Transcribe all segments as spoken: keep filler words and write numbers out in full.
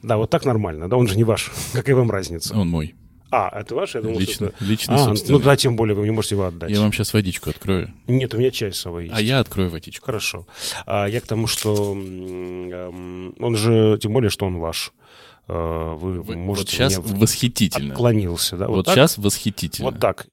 Да, вот так нормально, да, он же не ваш. Какая вам разница? Он мой. А, это ваш? Я думал, лично, что это... лично, а, собственно. Ну да, тем более вы не можете его отдать. Я вам сейчас водичку открою. Нет, у меня чай с собой есть. А я открою водичку. Хорошо. А я к тому, что он же, тем более, что он ваш. Вы, вы можете... Вот сейчас восхитительно. Отклонился, да? Вот, вот сейчас восхитительно. Вот так.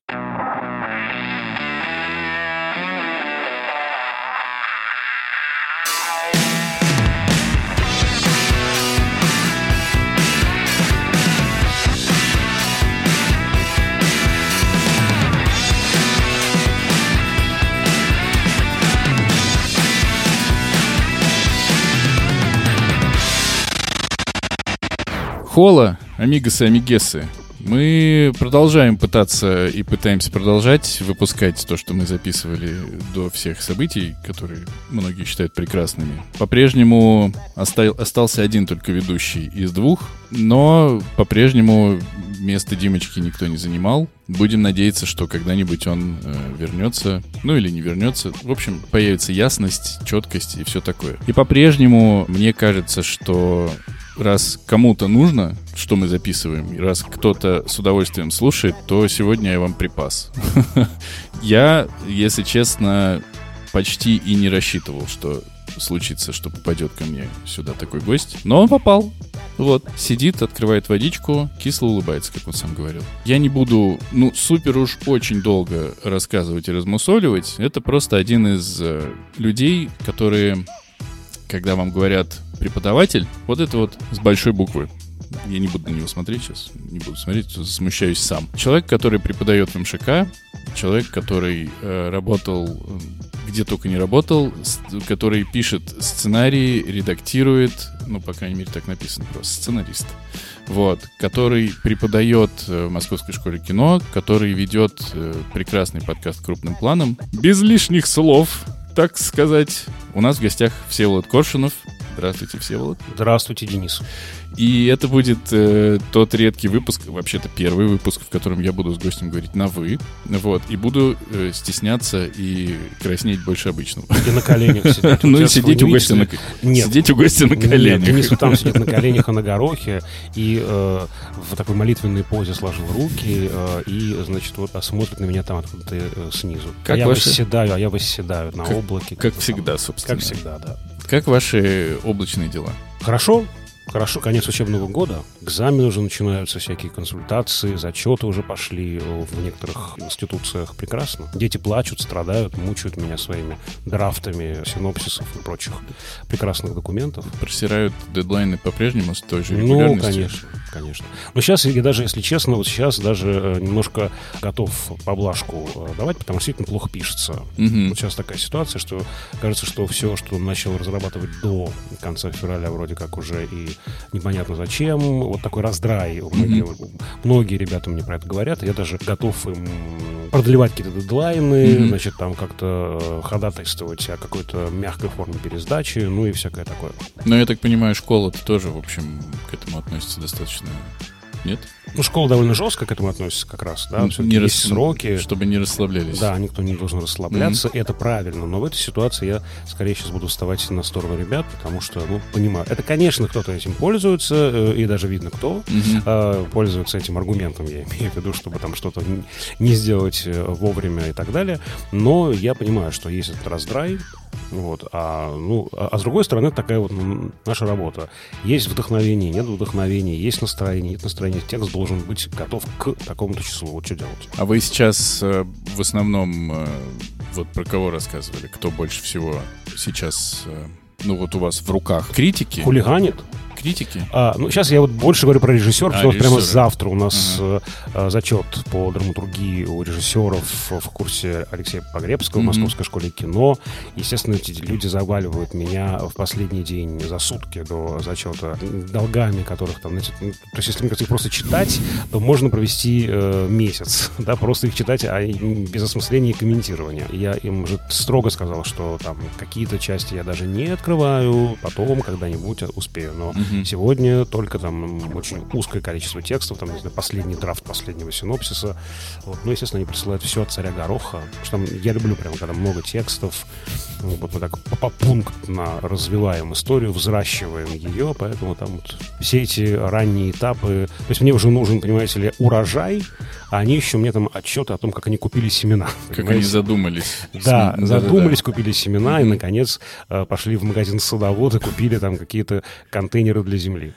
Хола, амигосы, амигесы. Мы продолжаем пытаться и пытаемся продолжать выпускать то, что мы записывали до всех событий, которые многие считают прекрасными. По-прежнему оста- остался один только ведущий из двух, но по-прежнему место Димочки никто не занимал. Будем надеяться, что когда-нибудь он э, вернется, ну или не вернется. В общем, появится ясность, четкость и все такое. И по-прежнему мне кажется, что раз кому-то нужно, что мы записываем, и раз кто-то с удовольствием слушает, то сегодня я вам припас. Я, если честно, почти и не рассчитывал, что случится, что попадет ко мне сюда такой гость. Но он попал. Вот, сидит, открывает водичку, кисло улыбается, как он сам говорил. Я не буду, ну, супер уж очень долго рассказывать и размусоливать. Это просто один из э, людей, которые, когда вам говорят преподаватель, вот это вот с большой буквы. Я не буду на него смотреть сейчас, не буду смотреть, смущаюсь сам. Человек, который преподает в эм ша ка, человек, который э, работал, где только не работал, с, который пишет сценарии, редактирует, ну, по крайней мере, так написано просто, сценарист. Вот, который преподает в Московской школе кино, который ведет э, прекрасный подкаст «Крупным планом». Без лишних слов, так сказать, у нас в гостях Всеволод Коршунов. Здравствуйте, Всеволод. Здравствуйте, Денис. И это будет э, тот редкий выпуск, вообще-то первый выпуск, в котором я буду с гостем говорить на «вы». Вот, и буду э, стесняться и краснеть больше обычного. И на коленях сидеть. Ну и сидеть у гостя на коленях. Сидеть у гостя на коленях. Денис там сидит на коленях и на горохе, и в такой молитвенной позе сложил руки, и, значит, вот смотрит на меня там откуда-то снизу. А я восседаю, а я восседаю на облаке. Как всегда, собственно. Как всегда, да. Как ваши облачные дела? Хорошо. Хорошо, конец учебного года. Экзамены уже начинаются, всякие консультации, зачеты уже пошли в некоторых институциях. Прекрасно. Дети плачут, страдают, мучают меня своими драфтами синопсисов и прочих прекрасных документов. Просирают дедлайны по-прежнему с той же регулярностью? Ну, конечно, конечно. Но сейчас, я даже, если честно, вот сейчас даже немножко готов поблажку давать, потому что действительно плохо пишется. Угу. Вот сейчас такая ситуация, что кажется, что все, что он начал разрабатывать до конца февраля, вроде как уже и непонятно зачем. Вот такой раздрай. Многие, mm-hmm. многие ребята мне про это говорят. Я даже готов им продлевать какие-то дедлайны, mm-hmm. значит, там как-то ходатайствовать о какой-то мягкой форме пересдачи, ну и всякое такое. Но я так понимаю, школа-то тоже, в общем, к этому относится достаточно... Нет? Ну, школа довольно жестко к этому относится как раз, да, не есть рас... сроки. Чтобы не расслаблялись. Да, никто не должен расслабляться, Mm-hmm. это правильно, но в этой ситуации я скорее сейчас буду вставать на сторону ребят, потому что, ну, понимаю, это, конечно, кто-то этим пользуется, и даже видно, кто Mm-hmm. э, пользуется этим аргументом, я имею в виду, чтобы там что-то не сделать вовремя и так далее, но я понимаю, что есть этот раздрай. Вот, а, ну, а, а с другой стороны, такая вот наша работа. Есть вдохновение, нет вдохновения, есть настроение, нет настроения. Текст должен быть готов к такому-то числу. Вот что делать. А вы сейчас э, в основном э, вот про кого рассказывали? Кто больше всего сейчас, э, ну вот у вас в руках? Критики? Хулиганит? Критики? А, ну, сейчас я вот больше говорю про режиссера, потому что а, прямо завтра у нас ага. а, зачет по драматургии у режиссеров в курсе Алексея Погребского в mm-hmm. Московской школе кино. Естественно, эти люди заваливают меня в последний день за сутки до зачета долгами, которых там, знаете, ну, то есть если мне кажется, их просто читать, то можно провести э, месяц, да, просто их читать, а без осмысления и комментирования. Я им уже строго сказал, что там какие-то части я даже не открываю, потом когда-нибудь успею, но mm-hmm. Угу. Сегодня только там очень узкое количество текстов, там, не знаю, последний драфт последнего синопсиса. Вот. Ну, естественно, они присылают все от царя Гороха. Потому что там, я люблю прямо, когда много текстов. Вот мы так попунктно развиваем историю, взращиваем ее, поэтому там вот все эти ранние этапы. То есть мне уже нужен, понимаете ли, урожай, а они еще мне там отчеты о том, как они купили семена. Как понимаете? Они задумались. Да, да задумались, да, да. Купили семена, mm-hmm. и, наконец, пошли в магазин садовод и купили там какие-то контейнеры для земли.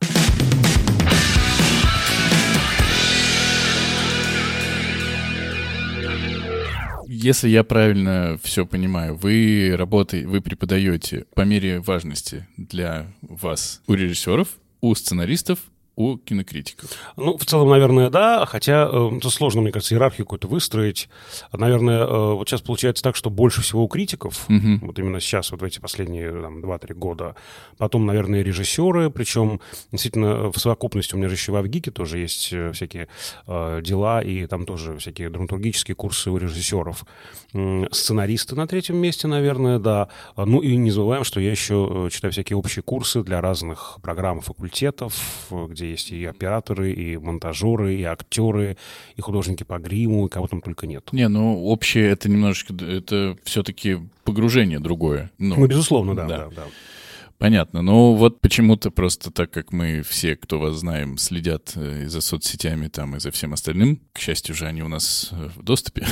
Если я правильно все понимаю, вы работаете, вы преподаете по мере важности для вас у режиссеров, у сценаристов, у кинокритиков? Ну, в целом, наверное, да, хотя э, это сложно, мне кажется, иерархию какую-то выстроить. Наверное, э, вот сейчас получается так, что больше всего у критиков, uh-huh. вот именно сейчас, вот в эти последние там, два-три года, потом, наверное, режиссеры, причем действительно в совокупности у меня же еще в Авгике тоже есть всякие э, дела, и там тоже всякие драматургические курсы у режиссеров. Сценаристы на третьем месте, наверное, да. Ну и не забываем, что я еще читаю всякие общие курсы для разных программ факультетов, где есть и операторы, и монтажеры, и актеры, и художники по гриму, и кого там только нет. Не, ну общее это немножечко, это все-таки погружение другое. Ну, ну безусловно, да, да, да. да. Понятно. Но вот почему-то просто так, как мы все, кто вас знаем, следят и за соцсетями там, и за всем остальным, к счастью же, они у нас в доступе,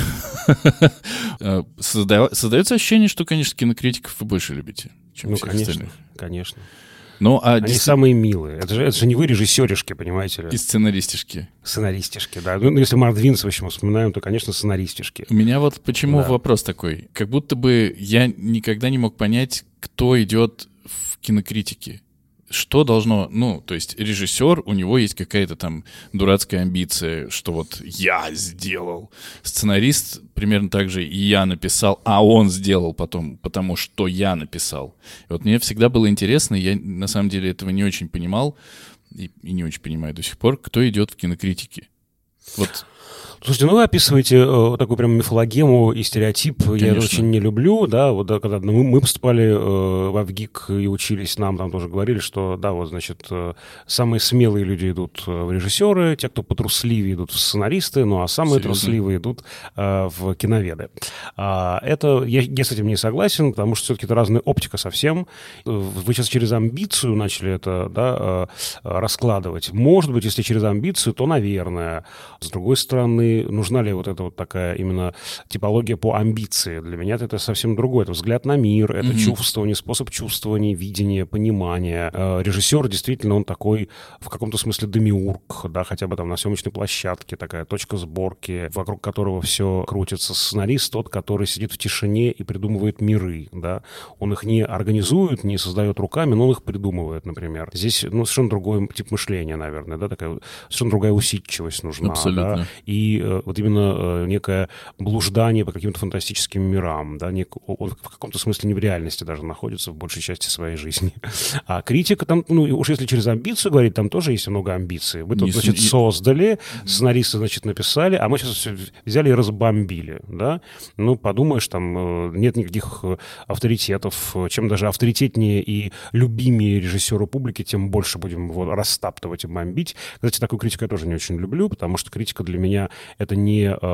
создается ощущение, что, конечно, кинокритиков вы больше любите, чем всех остальных. Ну, конечно. Ну, а Они действительно... самые милые. Это же, это же не вы режиссеришки, понимаете ли? И сценаристишки. Сценаристишки, да. Ну, если Мартвин, в общем, вспоминаем, то, конечно, сценаристишки. У меня вот почему да. вопрос такой. Как будто бы я никогда не мог понять, кто идет в кинокритике. Что должно, ну, то есть режиссер, у него есть какая-то там дурацкая амбиция, что вот я сделал. Сценарист примерно так же и я написал, а он сделал потом, потому что я написал. И вот мне всегда было интересно, я на самом деле этого не очень понимал, и, и не очень понимаю до сих пор, кто идет в кинокритике. Вот... Слушайте, ну вы описываете э, такую прям мифологему и стереотип. Конечно. Я это очень не люблю, да, вот да, когда мы, мы поступали э, в Авгик и учились, нам там тоже говорили, что, да, вот, значит, э, самые смелые люди идут в режиссеры, те, кто потрусливее, идут в сценаристы, ну а самые Серьезно? трусливые идут э, в киноведы. А, это, я, я с этим не согласен, потому что все-таки это разная оптика совсем. Вы сейчас через амбицию начали это, да, э, раскладывать. Может быть, если через амбицию, то, наверное. С другой стороны, нужна ли вот эта вот такая именно типология по амбиции? Для меня это совсем другое. Это взгляд на мир, это mm-hmm. чувствование, способ чувствования, видения, понимания. Режиссер, действительно, он такой в каком-то смысле демиург, да, хотя бы там на съемочной площадке, такая точка сборки, вокруг которого все крутится. Сценарист тот, который сидит в тишине и придумывает миры, да. Он их не организует, не создает руками, но он их придумывает, например. Здесь, ну, совершенно другой тип мышления, наверное, да, такая совершенно другая усидчивость нужна. Абсолютно. Да? И вот именно некое блуждание по каким-то фантастическим мирам, да, нек... он в каком-то смысле не в реальности даже находится в большей части своей жизни. А критика там, ну, уж если через амбицию говорить, там тоже есть много амбиций. Вы тут, значит, создали, сценаристы, значит, написали, а мы сейчас все взяли и разбомбили, да. Ну, подумаешь, там нет никаких авторитетов. Чем даже авторитетнее и любимее режиссеру публики, тем больше будем его растаптывать и бомбить. Кстати, такую критику я тоже не очень люблю, потому что критика для меня это не э,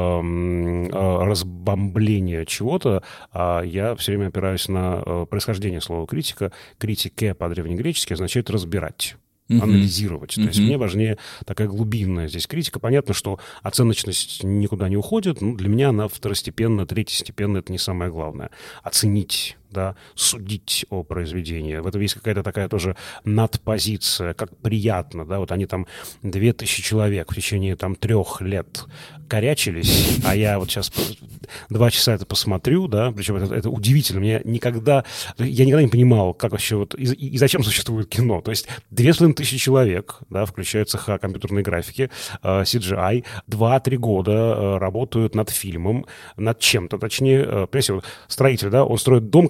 э, разбомбление чего-то, а я все время опираюсь на э, происхождение слова критика. Критике по-древнегречески означает разбирать. Uh-huh. анализировать. Uh-huh. То есть мне важнее такая глубинная здесь критика. Понятно, что оценочность никуда не уходит, но для меня она второстепенно, третьестепенно, это не самое главное. Оценить, да, судить о произведении. В этом есть какая-то такая тоже надпозиция, как приятно, да, вот они там две тысячи человек в течение там трех лет корячились, а я вот сейчас два часа это посмотрю, да, причем это, это удивительно, мне никогда, я никогда не понимал, как вообще вот, и, и зачем существует кино, то есть две с половиной тысячи человек, да, включая цеха компьютерной графики, э, си джи ай, два-три года э, работают над фильмом, над чем-то, точнее, э, понимаете, вот строитель, да, он строит дом, который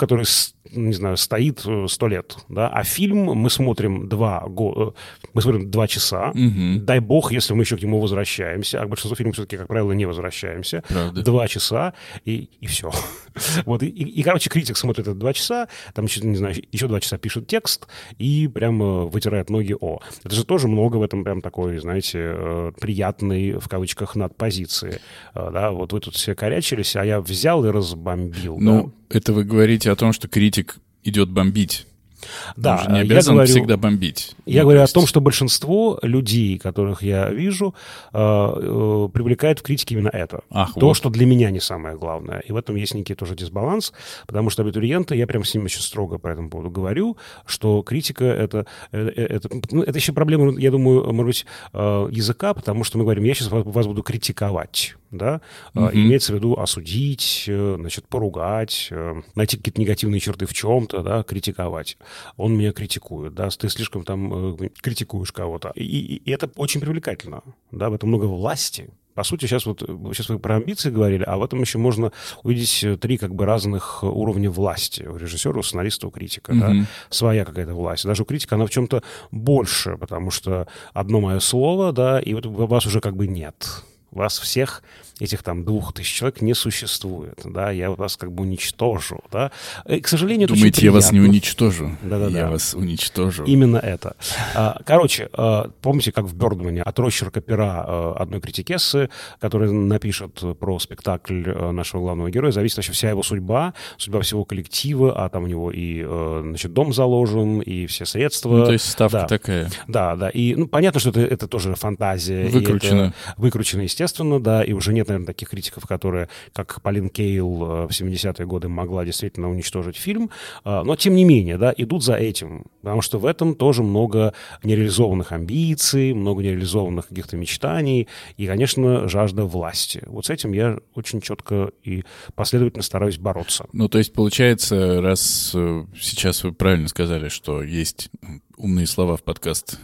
который, не знаю, стоит сто лет, да, а фильм мы смотрим два, го... мы смотрим два часа, угу. дай бог, если мы еще к нему возвращаемся, а к большинству фильмов все-таки, как правило, не возвращаемся, Правда. два часа, и, и все. Вот, и, и, и, короче, критик смотрит это два часа, там, еще, не знаю, еще два часа пишет текст и прямо вытирает ноги о. Это же тоже много в этом прям такой, знаете, приятной, в кавычках, надпозиции. Да, вот вы тут все корячились, а я взял и разбомбил. Ну, да? Это вы говорите о том, что критик идет бомбить. Да, Он же не обязан я говорю, всегда бомбить. Я ну, говорю есть... о том, что большинство людей, которых я вижу, э, э, привлекает в критике именно это. Ах, То, вот. что для меня не самое главное. И в этом есть некий тоже дисбаланс, потому что абитуриенты, я прям с ними очень строго по этому поводу говорю, что критика это, это, это, ну, это еще проблема, я думаю, может быть, э, языка, потому что мы говорим, я сейчас вас, вас буду критиковать. Да? Uh-huh. Имеется в виду осудить, значит, поругать, найти какие-то негативные черты в чем-то, да, критиковать. Он меня критикует, да, ты слишком там э, критикуешь кого-то. И, и, и это очень привлекательно, да, в этом много власти. По сути, сейчас вот сейчас вы про амбиции говорили, а в этом еще можно увидеть три как бы разных уровня власти. У режиссера, у сценариста, у критика. Mm-hmm. Да? Своя какая-то власть. Даже у критика она в чем-то больше, потому что одно мое слово, да, и вот вас уже как бы нет. Вас всех, этих там двух тысяч человек, не существует, да, я вас как бы уничтожу, да. И, к сожалению, это Думаете, очень я вас не уничтожу? Да-да-да. Я вас уничтожу. Именно это. Короче, помните, как в «Бёрдмане» от росчерка пера одной критикессы, которая напишет про спектакль нашего главного героя, зависит вообще вся его судьба, судьба всего коллектива, а там у него и, значит, дом заложен, и все средства. Ну, то есть ставка да. такая. Да, да, и ну, понятно, что это, это тоже фантазия. Выкручено. Выкручено, естественно, да, и уже нет, наверное, таких критиков, которые, как Полин Кейл в семидесятые годы могла действительно уничтожить фильм, но, тем не менее, да, идут за этим, потому что в этом тоже много нереализованных амбиций, много нереализованных каких-то мечтаний и, конечно, жажда власти. Вот с этим я очень четко и последовательно стараюсь бороться. Ну, то есть, получается, раз сейчас вы правильно сказали, что есть умные слова в подкаст,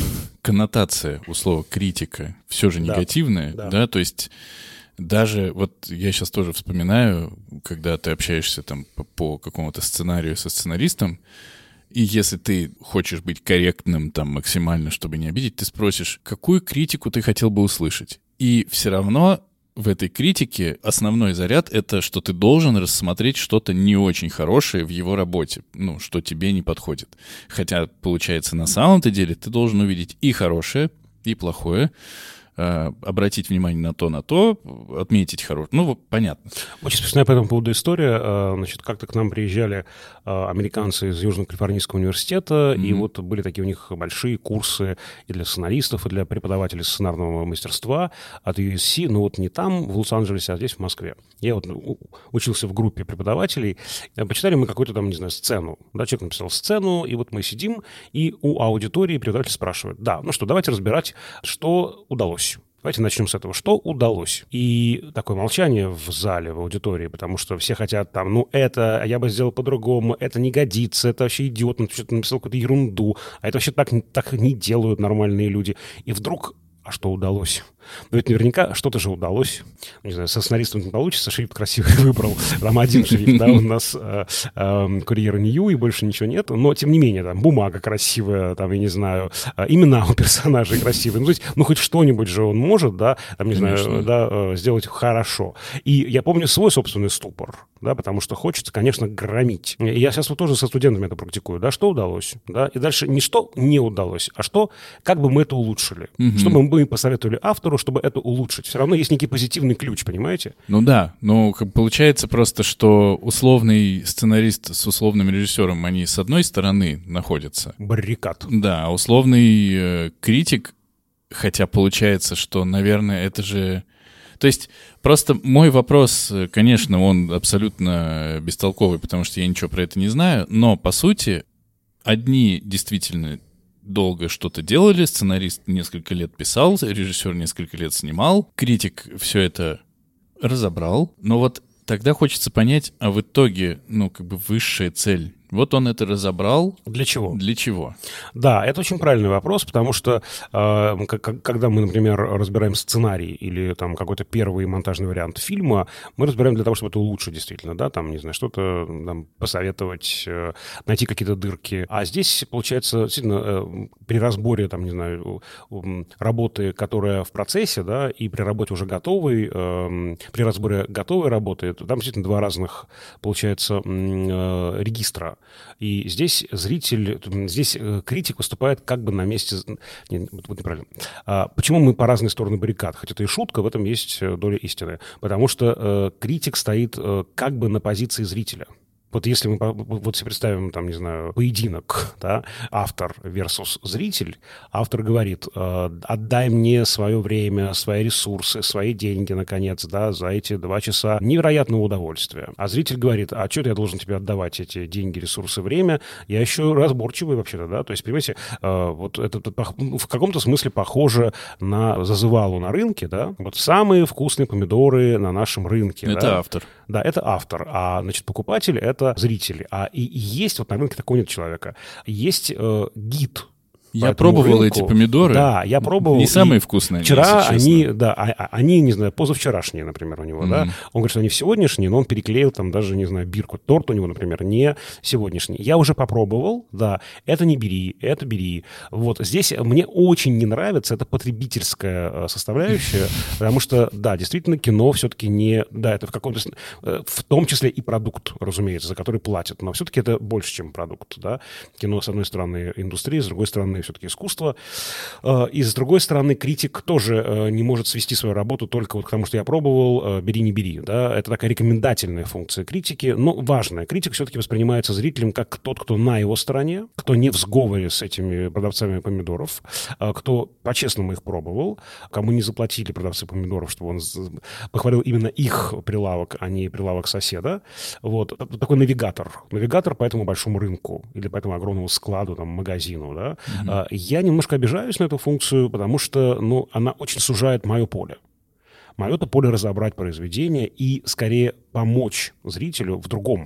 коннотация у слова критика все же негативная, да, да. да, то есть даже, вот я сейчас тоже вспоминаю, когда ты общаешься там по, по какому-то сценарию со сценаристом, и если ты хочешь быть корректным там максимально, чтобы не обидеть, ты спросишь, какую критику ты хотел бы услышать. И все равно в этой критике основной заряд — это что ты должен рассмотреть что-то не очень хорошее в его работе, ну, что тебе не подходит. Хотя, получается, на самом-то деле ты должен увидеть и хорошее, и плохое, обратить внимание на то, на то, отметить хорошее. Ну, понятно. Очень смешная по этому поводу история. Значит, как-то к нам приезжали американцы из Южно-Калифорнийского университета, mm-hmm. и вот были такие у них большие курсы и для сценаристов, и для преподавателей сценарного мастерства от ю эс си, но вот не там, в Лос-Анджелесе, а здесь, в Москве. Я вот учился в группе преподавателей, почитали мы какую-то там, не знаю, сцену. Да, человек написал сцену, и вот мы сидим, и у аудитории преподаватель спрашивает, да, ну что, давайте разбирать, что удалось. Давайте начнем с этого. Что удалось? И такое молчание в зале, в аудитории, потому что все хотят там, ну это, я бы сделал по-другому, это не годится, это вообще идиот, ну ты что-то написал какую-то ерунду, а это вообще так, так не делают нормальные люди. И вдруг, а что удалось? Но ведь наверняка что-то же удалось. Не знаю, со сценаристом не получится, шрифт красивый выбрал. Там один шрифт, да, у нас э, э, «Курьер Нью», и больше ничего нет. Но, тем не менее, там бумага красивая, там, я не знаю, имена у персонажей красивые. Ну, то есть, ну, хоть что-нибудь же он может, да, там, не Конечно. знаю, да, сделать хорошо. И я помню свой собственный ступор, да, потому что хочется, конечно, громить. И я сейчас вот тоже со студентами это практикую, да, что удалось, да, и дальше не что не удалось, а что, как бы мы это улучшили. Mm-hmm. Что бы мы посоветовали автору, чтобы это улучшить. Все равно есть некий позитивный ключ, понимаете? Ну да, но получается просто, что условный сценарист с условным режиссером, они с одной стороны находятся. Баррикад. Да, а условный э, критик, хотя получается, что, наверное, это же... То есть просто мой вопрос, конечно, он абсолютно бестолковый, потому что я ничего про это не знаю, но, по сути, одни действительно... долго что-то делали, сценарист несколько лет писал, режиссер несколько лет снимал, критик все это разобрал, но вот тогда хочется понять, а в итоге, ну, как бы высшая цель, Вот он это разобрал. Для чего? Для чего? Да, это очень правильный вопрос, потому что э, когда мы, например, разбираем сценарий или там какой-то первый монтажный вариант фильма, мы разбираем для того, чтобы это улучшить действительно, да, там, не знаю, что-то там, посоветовать, э, найти какие-то дырки. А здесь, получается, действительно, э, при разборе, там, не знаю, работы, которая в процессе, да, и при работе уже готовой, э, при разборе готовой работы, там действительно два разных, получается, э, регистра. И здесь зритель, здесь критик выступает как бы на месте... Не, вот неправильно. А почему мы по разные стороны баррикад? Хоть это и шутка, в этом есть доля истины. Потому что э, критик стоит э, как бы на позиции зрителя. Вот если мы вот себе представим, там, не знаю, поединок, да, автор versus зритель, автор говорит, э, отдай мне свое время, свои ресурсы, свои деньги, наконец, да, за эти два часа невероятного удовольствия. А зритель говорит, а что я должен тебе отдавать эти деньги, ресурсы, время? Я еще разборчивый вообще-то, да, то есть, понимаете, э, вот это, это в каком-то смысле похоже на зазывалу на рынке, да, вот самые вкусные помидоры на нашем рынке. Это да? автор. Да, это автор, а, значит, покупатель — это зрители. А и, и есть вот на рынке такого нет человека. Есть э, гид. Я пробовал рынку. эти помидоры. Да, я пробовал. Не самые вкусные. Вчера они, они, да, они, не знаю, позавчерашние, например, у него, mm-hmm. да. Он говорит, что они сегодняшние, но он переклеил там даже, не знаю, бирку. Торт у него, например, не сегодняшний. Я уже попробовал, да, это не бери, это бери. Вот здесь мне очень не нравится эта потребительская составляющая, потому что, да, действительно, кино все-таки не, да, это в каком-то, в том числе и продукт, разумеется, за который платят, но все-таки это больше, чем продукт, да. Кино, с одной стороны, индустрия, с другой стороны, все-таки искусство. И, с другой стороны, критик тоже не может свести свою работу только вот к тому, что я пробовал, бери, не бери. Да? Это такая рекомендательная функция критики, но важная. Критик все-таки воспринимается зрителем как тот, кто на его стороне, кто не в сговоре с этими продавцами помидоров, кто по-честному их пробовал, кому не заплатили продавцы помидоров, чтобы он похвалил именно их прилавок, а не прилавок соседа. Вот. Такой навигатор. Навигатор по этому большому рынку или по этому огромному складу, там, магазину. Да? Mm-hmm. Я немножко обижаюсь на эту функцию, потому что, ну, она очень сужает мое поле. Мое-то поле разобрать произведение и скорее помочь зрителю в другом.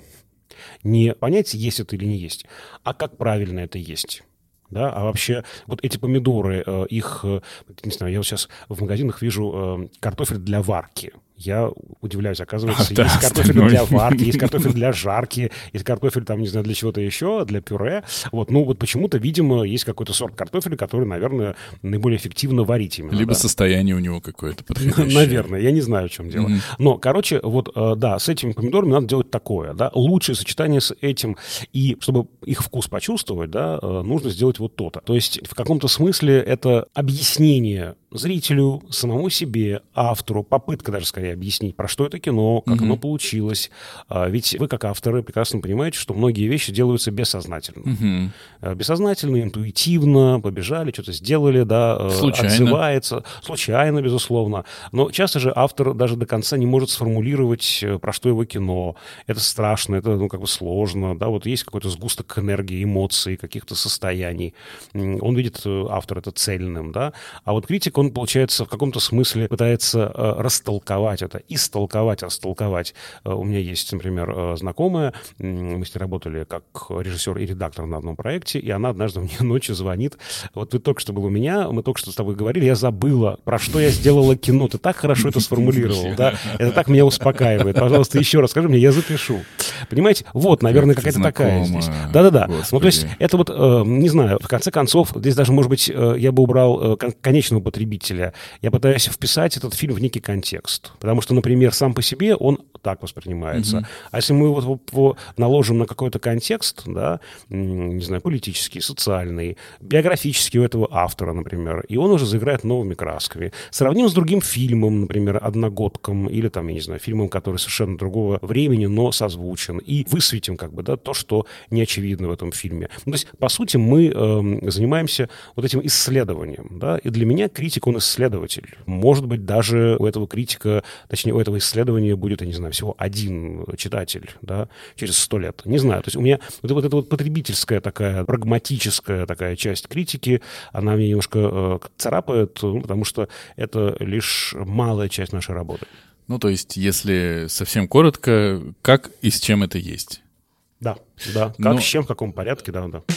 Не понять, есть это или не есть, а как правильно это есть. Да, а вообще вот эти помидоры, их, не знаю, я вот сейчас в магазинах вижу картофель для варки. Я удивляюсь, оказывается, а, есть да, картофель остальное. Для варки, есть картофель для жарки, есть картофель, там, не знаю, для чего-то еще, для пюре. Вот, ну, вот почему-то, видимо, есть какой-то сорт картофеля, который, наверное, наиболее эффективно варить именно. Либо да. состояние у него какое-то подходящее. Наверное, я не знаю, в чем дело. Mm-hmm. Но, короче, вот, да, с этими помидорами надо делать такое, да, лучшее сочетание с этим, и чтобы их вкус почувствовать, да, нужно сделать вот то-то. То есть, в каком-то смысле это объяснение зрителю, самому себе, автору, попытка даже скорее объяснить, про что это кино, как mm-hmm. оно получилось. А, ведь вы, как авторы, прекрасно понимаете, что многие вещи делаются бессознательно. Mm-hmm. А, бессознательно, интуитивно, побежали, что-то сделали, да, случайно. Отзывается. Случайно, безусловно. Но часто же автор даже до конца не может сформулировать, про что его кино. Это страшно, это, ну, как бы сложно, да, вот есть какой-то сгусток энергии, эмоций, каких-то состояний. Он видит, автор, это цельным, да, а вот критик, он, получается, в каком-то смысле пытается э, растолковать это, истолковать, растолковать. Э, у меня есть, например, э, знакомая, э, мы с ней работали как режиссер и редактор на одном проекте, и она однажды мне ночью звонит. Вот ты только что был у меня, мы только что с тобой говорили, я забыла, про что я сделала кино. Ты так хорошо это сформулировал, да? Это так меня успокаивает. Пожалуйста, еще раз скажи мне, я запишу. Понимаете? Вот, наверное, какая-то такая здесь. Да-да-да. Ну, то есть это вот, э, не знаю, в конце концов, здесь даже, может быть, э, я бы убрал э, конечного потребителя. Я пытаюсь вписать этот фильм в некий контекст. Потому что, например, сам по себе он так воспринимается. Mm-hmm. А если мы вот его наложим на какой-то контекст, да, не знаю, политический, социальный, биографический у этого автора, например, и он уже заиграет новыми красками. Сравним с другим фильмом, например, «Одногодком», или там, я не знаю, фильмом, который совершенно другого времени, но созвучен. И высветим как бы, да, то, что не очевидно в этом фильме. Ну, то есть, по сути, мы э, занимаемся вот этим исследованием. Да, и для меня критик, он исследователь. Может быть, даже у этого критика, точнее, у этого исследования будет, я не знаю, всего один читатель, да, через сто лет. Не знаю. То есть у меня вот, вот эта вот потребительская такая, прагматическая такая часть критики, она мне немножко э, царапает, ну, потому что это лишь малая часть нашей работы. Ну, то есть, если совсем коротко, как и с чем это есть? Да, да. Как, Но... с чем, в каком порядке, да, да.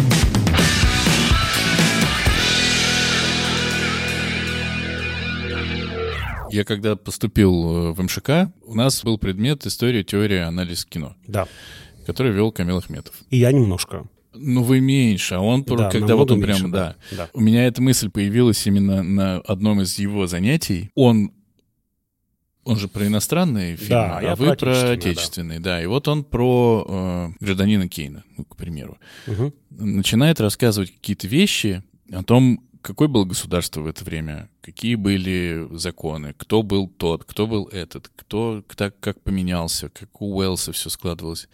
Я когда поступил в эм ша ка, у нас был предмет «История, теория, анализ кино», да. который вел Камил Ахметов. И я немножко. Ну, вы меньше, а он, да, когда вот он прям, да. да. У меня эта мысль появилась именно на одном из его занятий. Он, он же про иностранные фильмы, да, а я вы про отечественные, про отечественные, да. да. И вот он про э, гражданина Кейна, ну, к примеру. Угу. Начинает рассказывать какие-то вещи о том, какое было государство в это время, какие были законы, кто был тот, кто был этот, кто так, как поменялся, как у Уэллса все складывалось.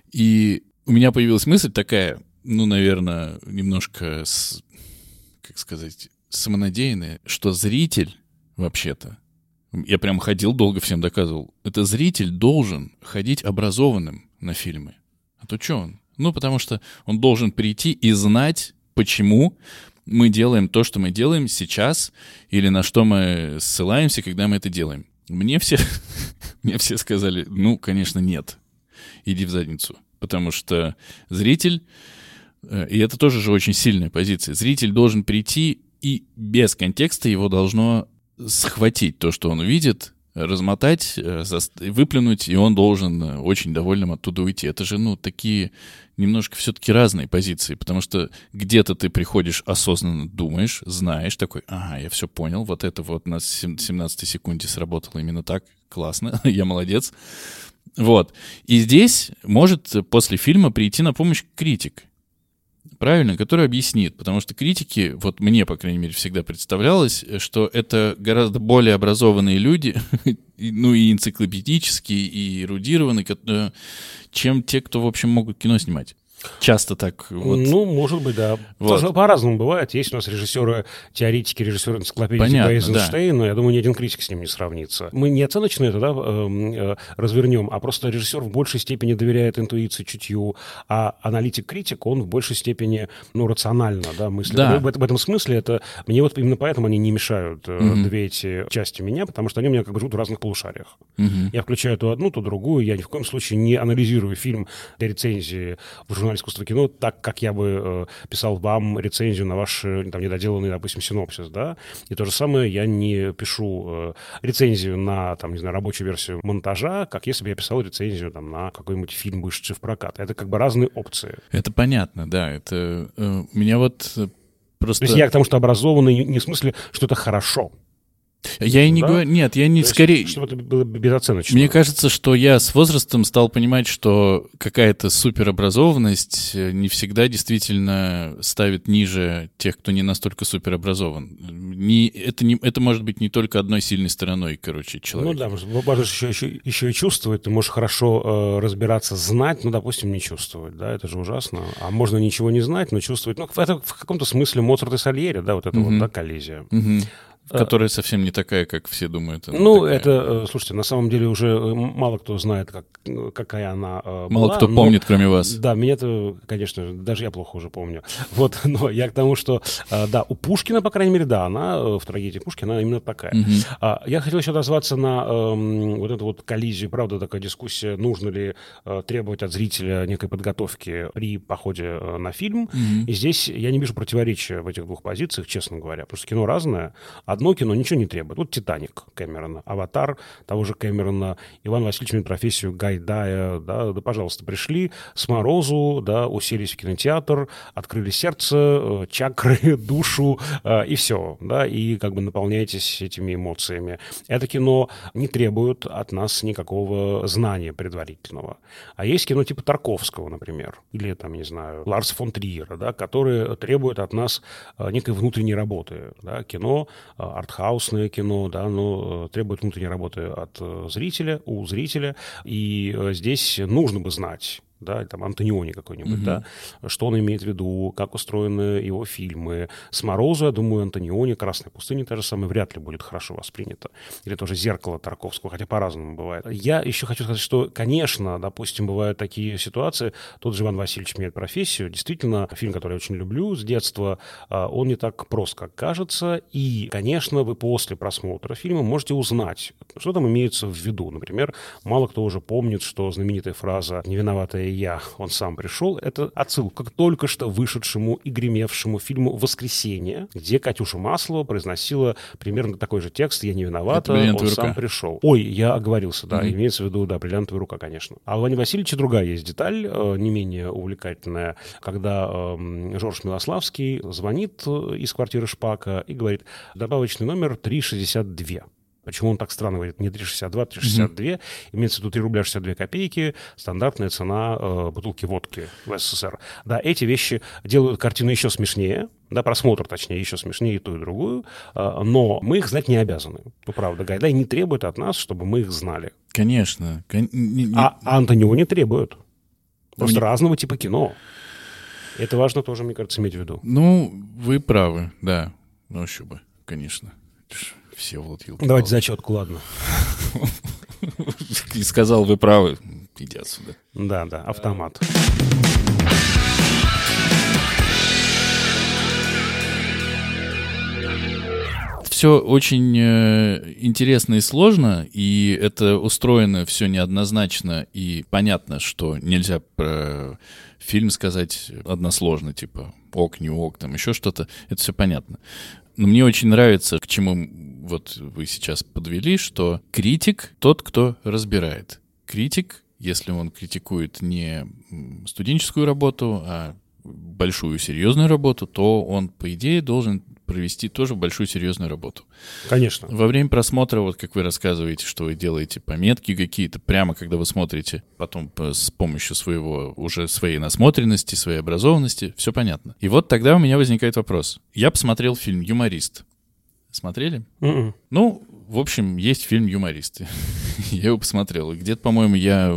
И у меня появилась мысль такая, ну, наверное, немножко, с, как сказать, самонадеянная, что зритель, вообще-то, я прям ходил, долго всем доказывал, это зритель должен ходить образованным на фильмы. А то что он? Ну, потому что он должен прийти и знать, почему мы делаем то, что мы делаем сейчас, или на что мы ссылаемся, когда мы это делаем. Мне все, мне все сказали, ну, конечно, нет. Иди в задницу. Потому что зритель, и это тоже же очень сильная позиция, зритель должен прийти, и без контекста его должно схватить то, что он увидит, размотать, выплюнуть, и он должен очень довольным оттуда уйти. Это же, ну, такие немножко все-таки разные позиции, потому что где-то ты приходишь, осознанно думаешь, знаешь, такой, ага, я все понял, вот это вот на семнадцатой секунде сработало именно так, классно, я молодец. Вот. И здесь может после фильма прийти на помощь критик, правильно, который объяснит, потому что критики, вот мне, по крайней мере, всегда представлялось, что это гораздо более образованные люди, ну и энциклопедические, и эрудированные, чем те, кто, в общем, могут кино снимать. Часто так вот. Ну, может быть, да. Вот. Тоже по-разному бывает. Есть у нас режиссеры, теоретики, режиссеры энциклопедии типа Эйзенштейна, да. Я думаю, ни один критик с ним не сравнится. Мы не оценочно это, да, э, э, развернем, а просто режиссер в большей степени доверяет интуиции, чутью, а аналитик-критик, он в большей степени, ну, рационально, да, мыслит. Да. В, в этом смысле это, мне вот именно поэтому они не мешают, э, mm-hmm. две эти части меня, потому что они у меня как бы живут в разных полушариях. Mm-hmm. Я включаю то одну, то другую, я ни в коем случае не анализирую фильм для рецензии в журнале «Искусство кино» так, как я бы э, писал вам рецензию на ваш там, недоделанный, допустим, синопсис, да, и то же самое я не пишу э, рецензию на, там, не знаю, рабочую версию монтажа, как если бы я писал рецензию там, на какой-нибудь фильм, вышедший в прокат. Это как бы разные опции. Это понятно, да, это э, у меня вот просто... То есть я к тому, что образованный не в смысле, что это хорошо. Я и не да? говорю, нет, я не То скорее... Чтобы это было безоценочно. Мне кажется, что я с возрастом стал понимать, что какая-то суперобразованность не всегда действительно ставит ниже тех, кто не настолько суперобразован. Не, это, не, это может быть не только одной сильной стороной, короче, человека. Ну да, важно еще, еще, еще и чувствовать. Ты можешь хорошо э, разбираться, знать, ну, допустим, не чувствовать, да, это же ужасно. А можно ничего не знать, но чувствовать. Ну, это в каком-то смысле Моцарт и Сальери, да, вот это uh-huh. вот, да, коллизия. Uh-huh. Которая совсем не такая, как все думают. Ну, такая. это, слушайте, на самом деле уже мало кто знает, как, какая она была. Мало кто помнит, кроме вас. Да, меня-то, конечно, даже я плохо уже помню. Вот, но я к тому, что, да, у Пушкина, по крайней мере, да, она в трагедии Пушкина, она именно такая. Угу. Я хотел еще дозваться на э, вот эту вот коллизию, правда, такая дискуссия, нужно ли э, требовать от зрителя некой подготовки при походе э, на фильм. Угу. И здесь я не вижу противоречия в этих двух позициях, честно говоря, потому что кино разное. Одно кино ничего не требует. Вот «Титаник» Кэмерона, «Аватар» того же Кэмерона, Иван Васильевич имеет профессию Гайдая, да, да, пожалуйста, пришли с морозу, да, уселись в кинотеатр, открыли сердце, чакры, душу, и все, да, и как бы наполняйтесь этими эмоциями. Это кино не требует от нас никакого знания предварительного. А есть кино типа Тарковского, например, или, там, не знаю, Ларса фон Триера, да, которые требуют от нас некой внутренней работы, да, кино, артхаусное кино, да, но требует внутренней работы от зрителя, у зрителя, и здесь нужно бы знать, да, там Антониони какой-нибудь, mm-hmm. да, что он имеет в виду, как устроены его фильмы. С морозу, я думаю, Антониони, «Красная пустыня» та же самая, вряд ли будет хорошо воспринято. Или тоже «Зеркало» Тарковского, хотя по-разному бывает. Я еще хочу сказать, что, конечно, допустим, бывают такие ситуации, тот же Иван Васильевич меняет профессию, действительно, фильм, который я очень люблю с детства, он не так прост, как кажется, и, конечно, вы после просмотра фильма можете узнать, что там имеется в виду. Например, мало кто уже помнит, что знаменитая фраза «не виноватая я, он сам пришел, это отсылка к только что вышедшему и гремевшему фильму «Воскресенье», где Катюша Маслова произносила примерно такой же текст «Я не виновата, он рука. Сам пришел». Ой, я оговорился, да, mm-hmm. имеется в виду, да, «Бриллиантовая рука», конечно. А у Вани Васильевича другая есть деталь, не менее увлекательная, когда э, Жорж Милославский звонит из квартиры Шпака и говорит: добавочный номер три шестьдесят два. Почему он так странно говорит? Не три шестьдесят два, три шестьдесят два. Mm-hmm. Имеется в виду три рубля шестьдесят две копейки, стандартная цена э, бутылки водки в СССР. Да, эти вещи делают картину еще смешнее, да, просмотр, точнее, еще смешнее и ту, и другую, э, но мы их знать не обязаны. Ну, правда, Гайдай не требует от нас, чтобы мы их знали. Конечно. Кон... Не, не... А Антониони не требует. Просто не... разного типа кино. Это важно тоже, мне кажется, иметь в виду. Ну, вы правы, да. Ну, еще бы, конечно. Все вот елки. Давайте зачетку, ладно. И сказал, вы правы, иди отсюда. Да, да, автомат. Все очень э, интересно и сложно, и это устроено все неоднозначно, и понятно, что нельзя про фильм сказать односложно, типа ок, не ок, там еще что-то, это все понятно. Но мне очень нравится, к чему вот вы сейчас подвели, что критик — тот, кто разбирает. Критик, если он критикует не студенческую работу, а большую серьезную работу, то он, по идее, должен провести тоже большую серьезную работу. Конечно. Во время просмотра, вот как вы рассказываете, что вы делаете пометки какие-то, прямо когда вы смотрите, потом с помощью своего, уже своей насмотренности, своей образованности, все понятно. И вот тогда у меня возникает вопрос. Я посмотрел фильм «Юморист». Смотрели? Mm-mm. Ну, в общем, есть фильм «Юмористы». Я его посмотрел. И где-то, по-моему, я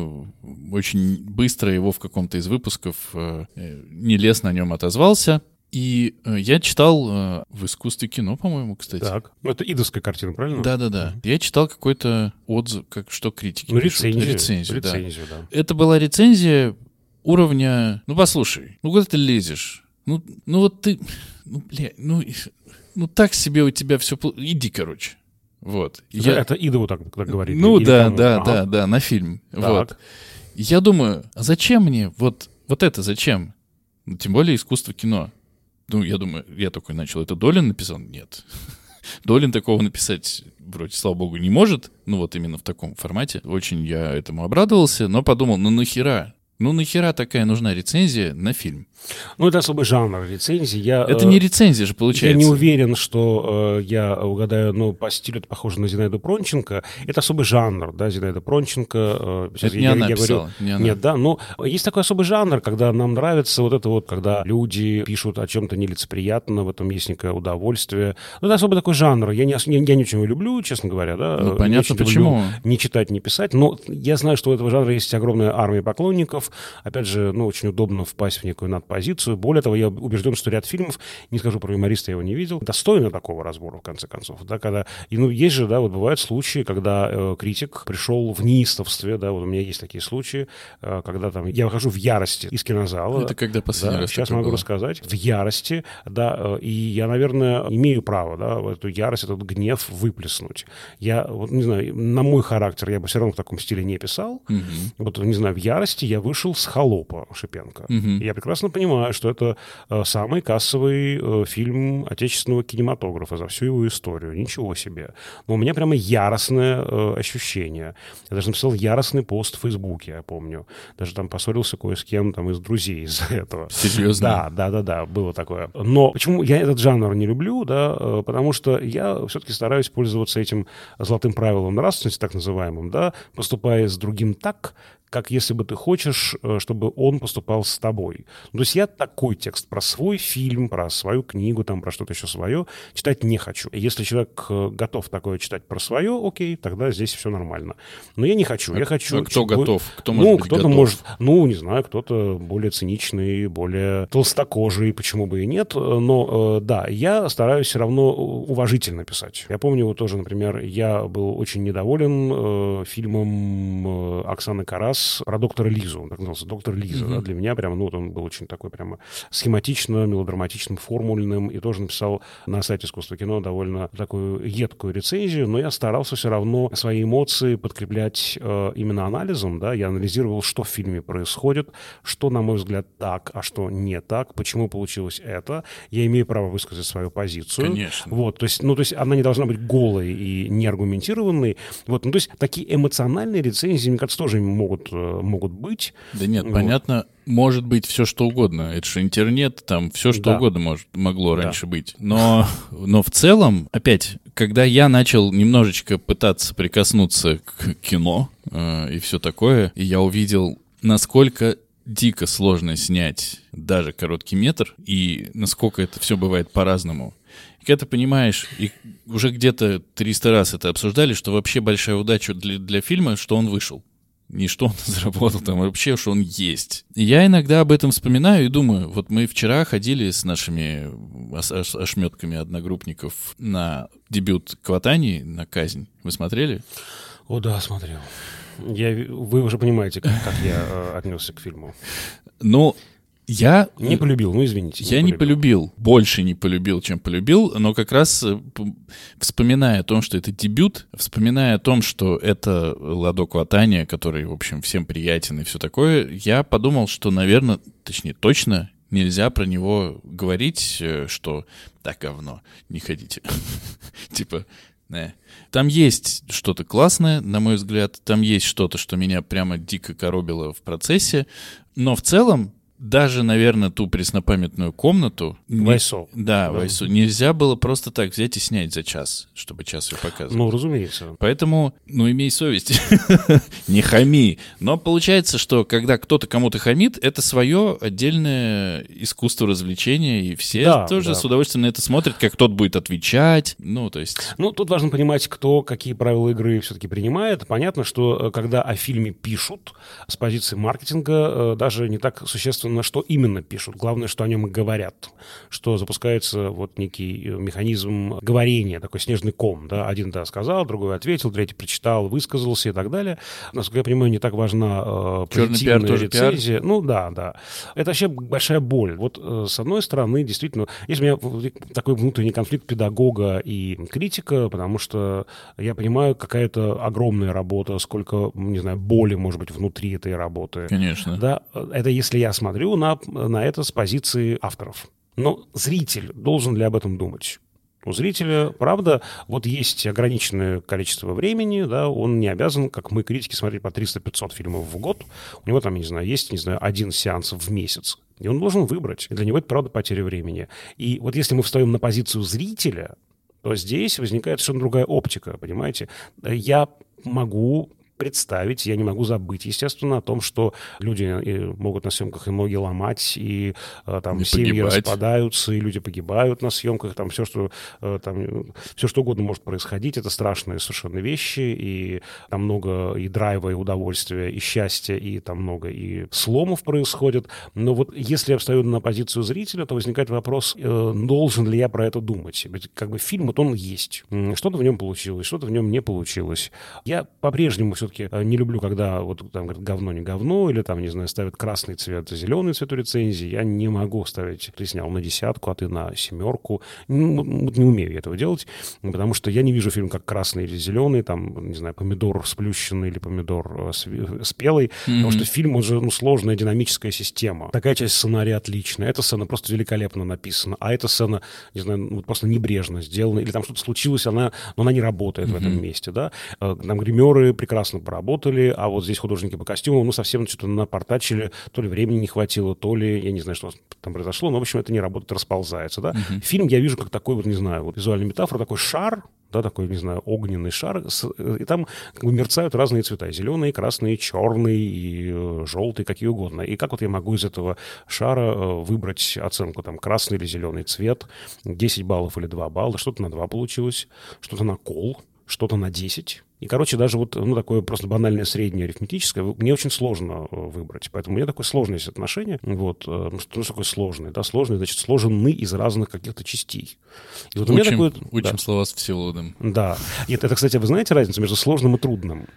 очень быстро его в каком-то из выпусков э, нелестно о нем отозвался. И э, я читал э, в «Искусстве кино», по-моему, кстати. Так, ну это идовская картина, правильно? Да-да-да. Mm-hmm. Я читал какой-то отзыв, как, что критики ну, пишут. Рецензию. Рецензию, рецензию да. да. Это была рецензия уровня... Ну, послушай, ну куда ты лезешь? Ну, ну вот ты... Ну, бля, ну... Ну, так себе у тебя все... Иди, короче. Вот. Это, я... это Идову так, так говорит. Ну, Или да, там... да, ага. да, да, на фильм. Так. Вот. Я думаю, а зачем мне вот, вот это, зачем? Ну, тем более искусство кино. Ну, я думаю, я такой начал. Это Долин написал? Нет. Долин такого написать, вроде, слава богу, не может. Ну, вот именно в таком формате. Очень я этому обрадовался, но подумал, ну, нахера? Ну, нахера такая нужна рецензия на фильм? Ну, это особый жанр рецензии. Я, это не рецензия же, получается. Я не уверен, что э, я угадаю, но по стилю это похоже на Зинаиду Пронченко. Это особый жанр, да, Зинаида Пронченко. Э, это я, не она я писала, говорю, не она. Нет, да, но есть такой особый жанр, когда нам нравится вот это вот, когда люди пишут о чем-то нелицеприятно, в этом есть некое удовольствие. Ну, это особый такой жанр. Я не, я, я не очень его люблю, честно говоря, да. Ну, понятно, почему. Не читать, не писать, но я знаю, что у этого жанра есть огромная армия поклонников. Опять же, ну, очень удобно впасть в некую надпозицию. Более того, я убежден, что ряд фильмов, не скажу про «Юмориста», я его не видел, достойны такого разбора, в конце концов. Да, когда, и, ну, есть же, да, вот бывают случаи, когда э, критик пришел в неистовстве, да, вот у меня есть такие случаи, э, когда там я выхожу в ярости из кинозала. Это когда последний да, раз сейчас могу было? рассказать. В ярости, да, э, и я, наверное, имею право, да, в эту ярость, этот гнев выплеснуть. Я, вот, не знаю, на мой характер я бы все равно в таком стиле не писал. Угу. Вот, не знаю, в ярости я вышел с «Холопа» Шипенко. Угу. Я прекрасно понимаю, что это э, самый кассовый э, фильм отечественного кинематографа за всю его историю. Ничего себе. Но у меня прямо яростное э, ощущение. Я даже написал яростный пост в Фейсбуке, я помню. Даже там поссорился кое с кем там из друзей из-за этого. Серьезно? Да, да, да, да, было такое. Но почему я этот жанр не люблю, да, э, потому что я все-таки стараюсь пользоваться этим золотым правилом нравственности, так называемым, да, поступая с другим так, как если бы ты хочешь, чтобы он поступал с тобой. То есть я такой текст про свой фильм, про свою книгу, там, про что-то еще свое читать не хочу. Если человек готов такое читать про свое, окей, тогда здесь все нормально. Но я не хочу. А, я хочу а кто готов? Кто ну, может быть кто-то готов? может, ну, не знаю, кто-то более циничный, более толстокожий, почему бы и нет. Но да, я стараюсь все равно уважительно писать. Я помню вот тоже, например, я был очень недоволен э, фильмом э, Оксаны Карас рассказ про доктора Лизу. Он так назывался «Доктор Лиза». Mm-hmm. Да, для меня прямо, ну, вот он был очень такой прямо схематично, мелодраматичным, формульным, и тоже написал на сайте «Искусство кино» довольно такую едкую рецензию, но я старался все равно свои эмоции подкреплять э, именно анализом, да, я анализировал, что в фильме происходит, что, на мой взгляд, так, а что не так, почему получилось это. Я имею право высказать свою позицию. Конечно. Вот, то есть, ну, то есть она не должна быть голой и неаргументированной. Вот, ну, то есть такие эмоциональные рецензии, мне кажется, тоже могут, могут быть. Да нет, вот. Понятно, может быть все что угодно. Это же интернет, там все что да. угодно может, могло да. раньше быть. Но, но в целом, опять, когда я начал немножечко пытаться прикоснуться к кино э, и все такое, и я увидел, насколько дико сложно снять даже короткий метр, и насколько это все бывает по-разному. И когда ты понимаешь, и уже где-то триста раз это обсуждали, что вообще большая удача для, для фильма, что он вышел. Не что он заработал там, а вообще, что он есть. И я иногда об этом вспоминаю и думаю, вот мы вчера ходили с нашими ошметками одногруппников на дебют Кватани, на «Казнь». Вы смотрели? О, да, смотрел. Я, вы уже понимаете, как, как я э, отнесся к фильму. Ну, я... Не полюбил, ну извините. Я не полюбил. не полюбил, больше не полюбил, чем полюбил, но как раз вспоминая о том, что это дебют, вспоминая о том, что это Ладо Кватани, который, в общем, всем приятен и все такое, я подумал, что, наверное, точнее, точно нельзя про него говорить, что так говно, не ходите. Типа... Там есть что-то классное, на мой взгляд, там есть что-то, что меня прямо дико коробило в процессе, но в целом даже, наверное, ту преснопамятную комнату... Вайсо. Не, да, да, Вайсо. Нельзя было просто так взять и снять за час, чтобы час ее показывать. Ну, разумеется. Поэтому, ну, имей совесть. Не хами. Но получается, что когда кто-то кому-то хамит, это свое отдельное искусство развлечения, и все да, тоже да. с удовольствием на это смотрят, как тот будет отвечать. Ну, то есть... Ну, тут важно понимать, кто какие правила игры все-таки принимает. Понятно, что когда о фильме пишут с позиции маркетинга, даже не так существенно, на что именно пишут. Главное, что о нем и говорят. Что запускается вот некий механизм говорения, такой снежный ком. Да? Один да сказал, другой ответил, третий прочитал, высказался и так далее. Насколько я понимаю, не так важна э, позитивная пиар, рецензия. Ну да, да. Это вообще большая боль. Вот э, с одной стороны, действительно, есть у меня такой внутренний конфликт педагога и критика, потому что я понимаю, какая-то огромная работа, сколько, не знаю, боли может быть внутри этой работы. Конечно. Да? Это если я смотрю на, на это с позиции авторов. Но зритель должен ли об этом думать? У зрителя, правда, вот есть ограниченное количество времени, да, он не обязан, как мы, критики, смотреть по триста-пятьсот фильмов в год. У него там, не знаю, есть, не знаю, один сеанс в месяц. И он должен выбрать. И для него это, правда, потеря времени. И вот если мы встаем на позицию зрителя, то здесь возникает совершенно другая оптика, понимаете? Я могу... представить, я не могу забыть, естественно, о том, что люди могут на съемках и ноги ломать, и там и семьи погибать. Распадаются, и люди погибают на съемках, там все, что, там, все, что угодно может происходить, это страшные совершенно вещи, и там много и драйва, и удовольствия, и счастья, и там много и сломов происходит. Но вот если я встаю на позицию зрителя, то возникает вопрос, должен ли я про это думать? Ведь как бы фильм, вот он есть. Что-то в нем получилось, что-то в нем не получилось. Я по-прежнему все-таки не люблю, когда вот там говорят говно не говно, или там, не знаю, ставят красный цвет, зеленый цвет у рецензии. Я не могу ставить, ты снял на десятку, а ты на семерку. Не, не умею я этого делать, потому что я не вижу фильм как красный или зеленый, там, не знаю, помидор сплющенный или помидор спелый, mm-hmm. потому что фильм, он же ну, сложная динамическая система. Такая часть сценария отличная, эта сцена просто великолепно написана, а эта сцена, не знаю, ну, просто небрежно сделана, или там что-то случилось, она, но она не работает mm-hmm. в этом месте, да. Там гримеры прекрасно поработали, а вот здесь художники по костюмам, ну, совсем что-то напортачили, то ли времени не хватило, то ли, я не знаю, что там произошло, но, в общем, это не работает, расползается, да. Uh-huh. Фильм я вижу как такой вот, не знаю, вот визуальная метафора, такой шар, да, такой, не знаю, огненный шар, с, и там как бы мерцают разные цвета, зеленые, красные, черные, и э, желтые, какие угодно. И как вот я могу из этого шара э, выбрать оценку, там, красный или зеленый цвет, десять баллов или два балла, что-то на два получилось, что-то на кол, что-то на десять. И, короче, даже вот, ну, такое просто банальное среднее арифметическое мне очень сложно выбрать. Поэтому у меня такое сложное есть отношение. Вот, ну, что такое сложное? Да, сложное, значит, сложены из разных каких-то частей. И вот учим, у меня такое, учим да. слова с Всеволодом. Да. Нет, это, кстати, вы знаете разницу между сложным и трудным?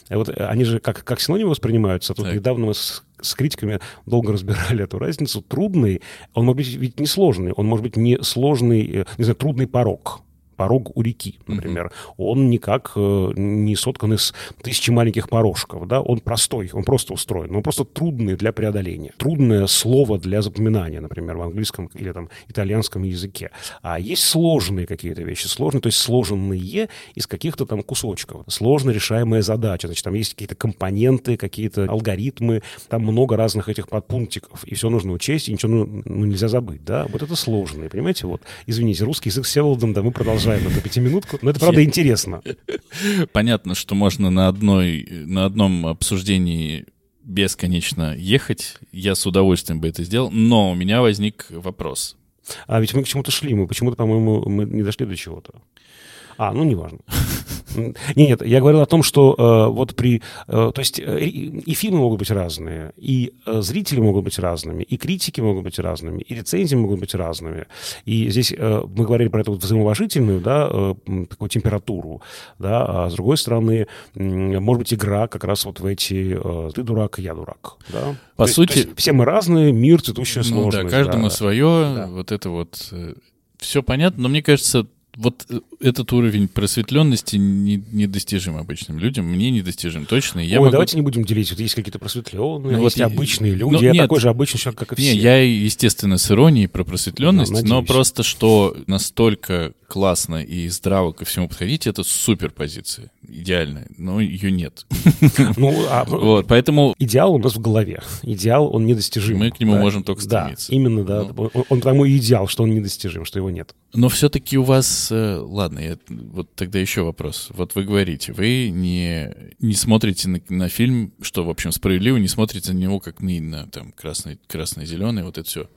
Вот они же как, как синонимы воспринимаются. Тут так. недавно мы с, с критиками долго разбирали эту разницу. Трудный, он может быть ведь не сложный, он может быть не сложный, не знаю, трудный порог. Порог у реки, например. Mm-hmm. Он никак э, не соткан из тысячи маленьких порожков, да, он простой, он просто устроен, но он просто трудный для преодоления. Трудное слово для запоминания, например, в английском или там итальянском языке. А есть сложные какие-то вещи, сложные, то есть сложенные из каких-то там кусочков. Сложно решаемая задача, значит, там есть какие-то компоненты, какие-то алгоритмы, там много разных этих подпунктиков, и все нужно учесть, и ничего ну, ну, нельзя забыть, да, вот это сложное, понимаете, вот, извините, русский язык с Всеволодом, да, мы продолжаем эту пятиминутку, но это, правда, интересно. Понятно, что можно на, одной, на одном обсуждении бесконечно ехать. Я с удовольствием бы это сделал, но у меня возник вопрос. А ведь мы к чему-то шли, мы почему-то, по-моему, мы не дошли до чего-то. А, ну, неважно. Нет, нет, я говорил о том, что э, вот при... Э, то есть э, и фильмы могут быть разные, и э, зрители могут быть разными, и критики могут быть разными, и рецензии могут быть разными. И здесь э, мы говорили про эту вот взаимоуважительную, да, э, такую температуру, да, а с другой стороны, э, может быть, игра как раз вот в эти э, «ты дурак, я дурак», да. По то сути... Есть, то есть все мы разные, мир, цветущая ну, сложность. Да, каждому да. свое, да. вот это вот... Э, все понятно, но мне кажется... Вот этот уровень просветленности не, недостижим обычным людям. Мне недостижим точно. Я Ой, могу... давайте не будем делить. Вот есть какие-то просветленные, ну, есть вот обычные люди. Ну, я нет, такой же обычный человек, как и все. Не, я, естественно, с иронией про просветленность, да, но просто что настолько классно и здраво ко всему подходить, это супер позиция. Идеальная. Но ее нет. Ну, а... вот, поэтому... Идеал у нас в голове. Идеал, он недостижим. Мы к нему да? можем только стремиться. Да, именно, да. Ну. Он, он потому и идеал, что он недостижим, что его нет. Но все-таки у вас... Ладно, я, вот тогда еще вопрос. Вот вы говорите, вы не, не смотрите на, на фильм, что, в общем, справедливо, не смотрите на него как на, на там, красный, красный-зеленый, вот это все.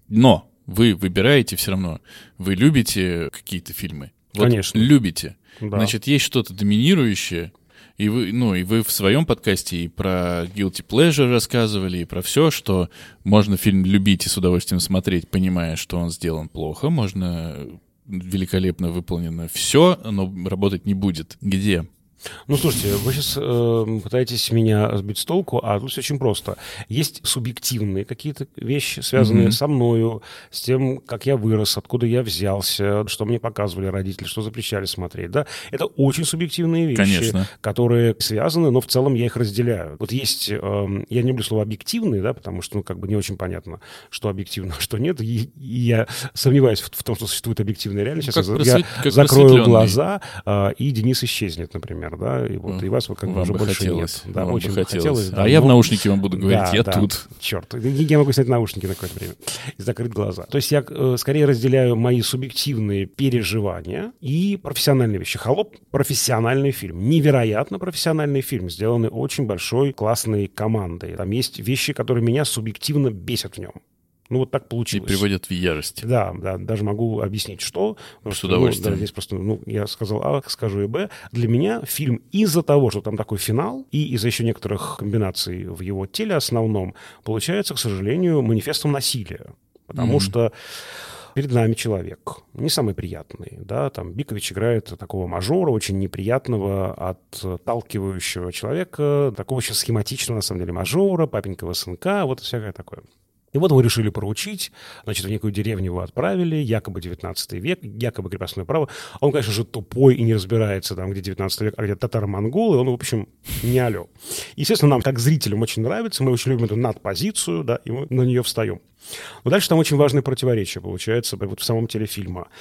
Но вы выбираете все равно. Вы любите какие-то фильмы. Вот конечно. Любите. Да. Значит, есть что-то доминирующее, и вы, ну, и вы в своем подкасте и про Guilty Pleasure рассказывали, и про все, что можно фильм любить и с удовольствием смотреть, понимая, что он сделан плохо, можно великолепно выполнено все, но работать не будет. Где? Ну, слушайте, вы сейчас э, пытаетесь меня сбить с толку, а тут все очень просто. Есть субъективные какие-то вещи, связанные mm-hmm. со мною, с тем, как я вырос, откуда я взялся, что мне показывали родители, что запрещали смотреть. Да? Это очень субъективные вещи, Конечно. которые связаны, но в целом я их разделяю. Вот есть, э, я не люблю слово «объективные», да, потому что, ну, как бы не очень понятно, что объективно, а что нет. И, и я сомневаюсь в, в том, что существует объективная реальность. Сейчас как я, просвет... я закрою глаза, э, и Денис исчезнет, например. Да, и вот, и вас вот как бы уже больше хотелось. нет. Да, вам очень бы хотелось. хотелось. Да, а я но... в наушнике вам буду говорить, да, я да. тут. Черт, я могу снять наушники на какое-то время и закрыть глаза. То есть я э, скорее разделяю мои субъективные переживания и профессиональные вещи. «Холоп» — профессиональный фильм. Невероятно профессиональный фильм, сделанный очень большой, классной командой. Там есть вещи, которые меня субъективно бесят в нем. Ну, вот так получилось. И приводят в ярость. Да, да, даже могу объяснить, что. С удовольствием. Ну, да, здесь просто, ну, я сказал А, скажу и Б. Для меня фильм из-за того, что там такой финал, и из-за еще некоторых комбинаций в его теле основном, получается, к сожалению, манифестом насилия. Потому mm-hmm. что перед нами человек не самый приятный, да, там Бикович играет такого мажора, очень неприятного, отталкивающего человека, такого очень схематичного, на самом деле, мажора, папенького сынка, вот всякое такое. И вот его решили поручить, значит, в некую деревню его отправили, якобы девятнадцатый век, якобы крепостное право. Он, конечно же, тупой и не разбирается, там, где девятнадцатый век, а где татаро-монголы, он, в общем, не алё. Естественно, нам, как зрителям, очень нравится, мы очень любим эту надпозицию, да, и мы на нее встаем. Но дальше там очень важное противоречие получается вот в самом теле фильма.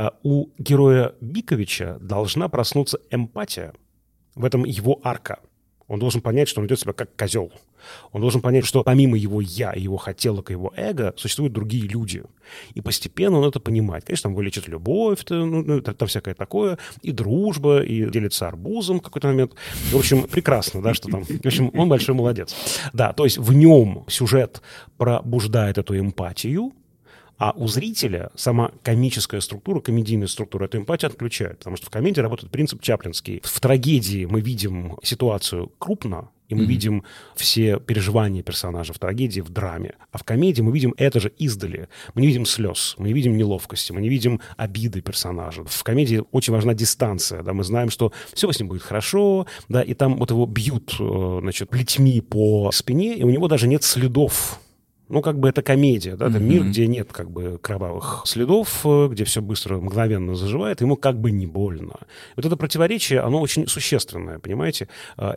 У героя Биковича должна проснуться эмпатия, в этом его арка. Он должен понять, что он ведет себя как козел. Он должен понять, что помимо его «я», его хотелок, его эго, существуют другие люди. И постепенно он это понимает. Конечно, там вылечит любовь, ну, там всякое такое, и дружба, и делится арбузом в какой-то момент. В общем, прекрасно, да, что там... В общем, он большой молодец. Да, то есть в нем сюжет пробуждает эту эмпатию, а у зрителя сама комическая структура, комедийная структура эту эмпатию отключает. Потому что в комедии работает принцип чаплинский. В трагедии мы видим ситуацию крупно, И мы mm-hmm. видим все переживания персонажа в трагедии, в драме. А в комедии мы видим это же издали. Мы не видим слез, мы не видим неловкости, мы не видим обиды персонажа. В комедии очень важна дистанция. Да? Мы знаем, что все с ним будет хорошо, да? И там вот его бьют, значит, плетьми по спине, и у него даже нет следов. Ну, как бы это комедия, да, это mm-hmm. мир, где нет как бы кровавых следов, где все быстро, мгновенно заживает, ему как бы не больно. Вот это противоречие, оно очень существенное, понимаете?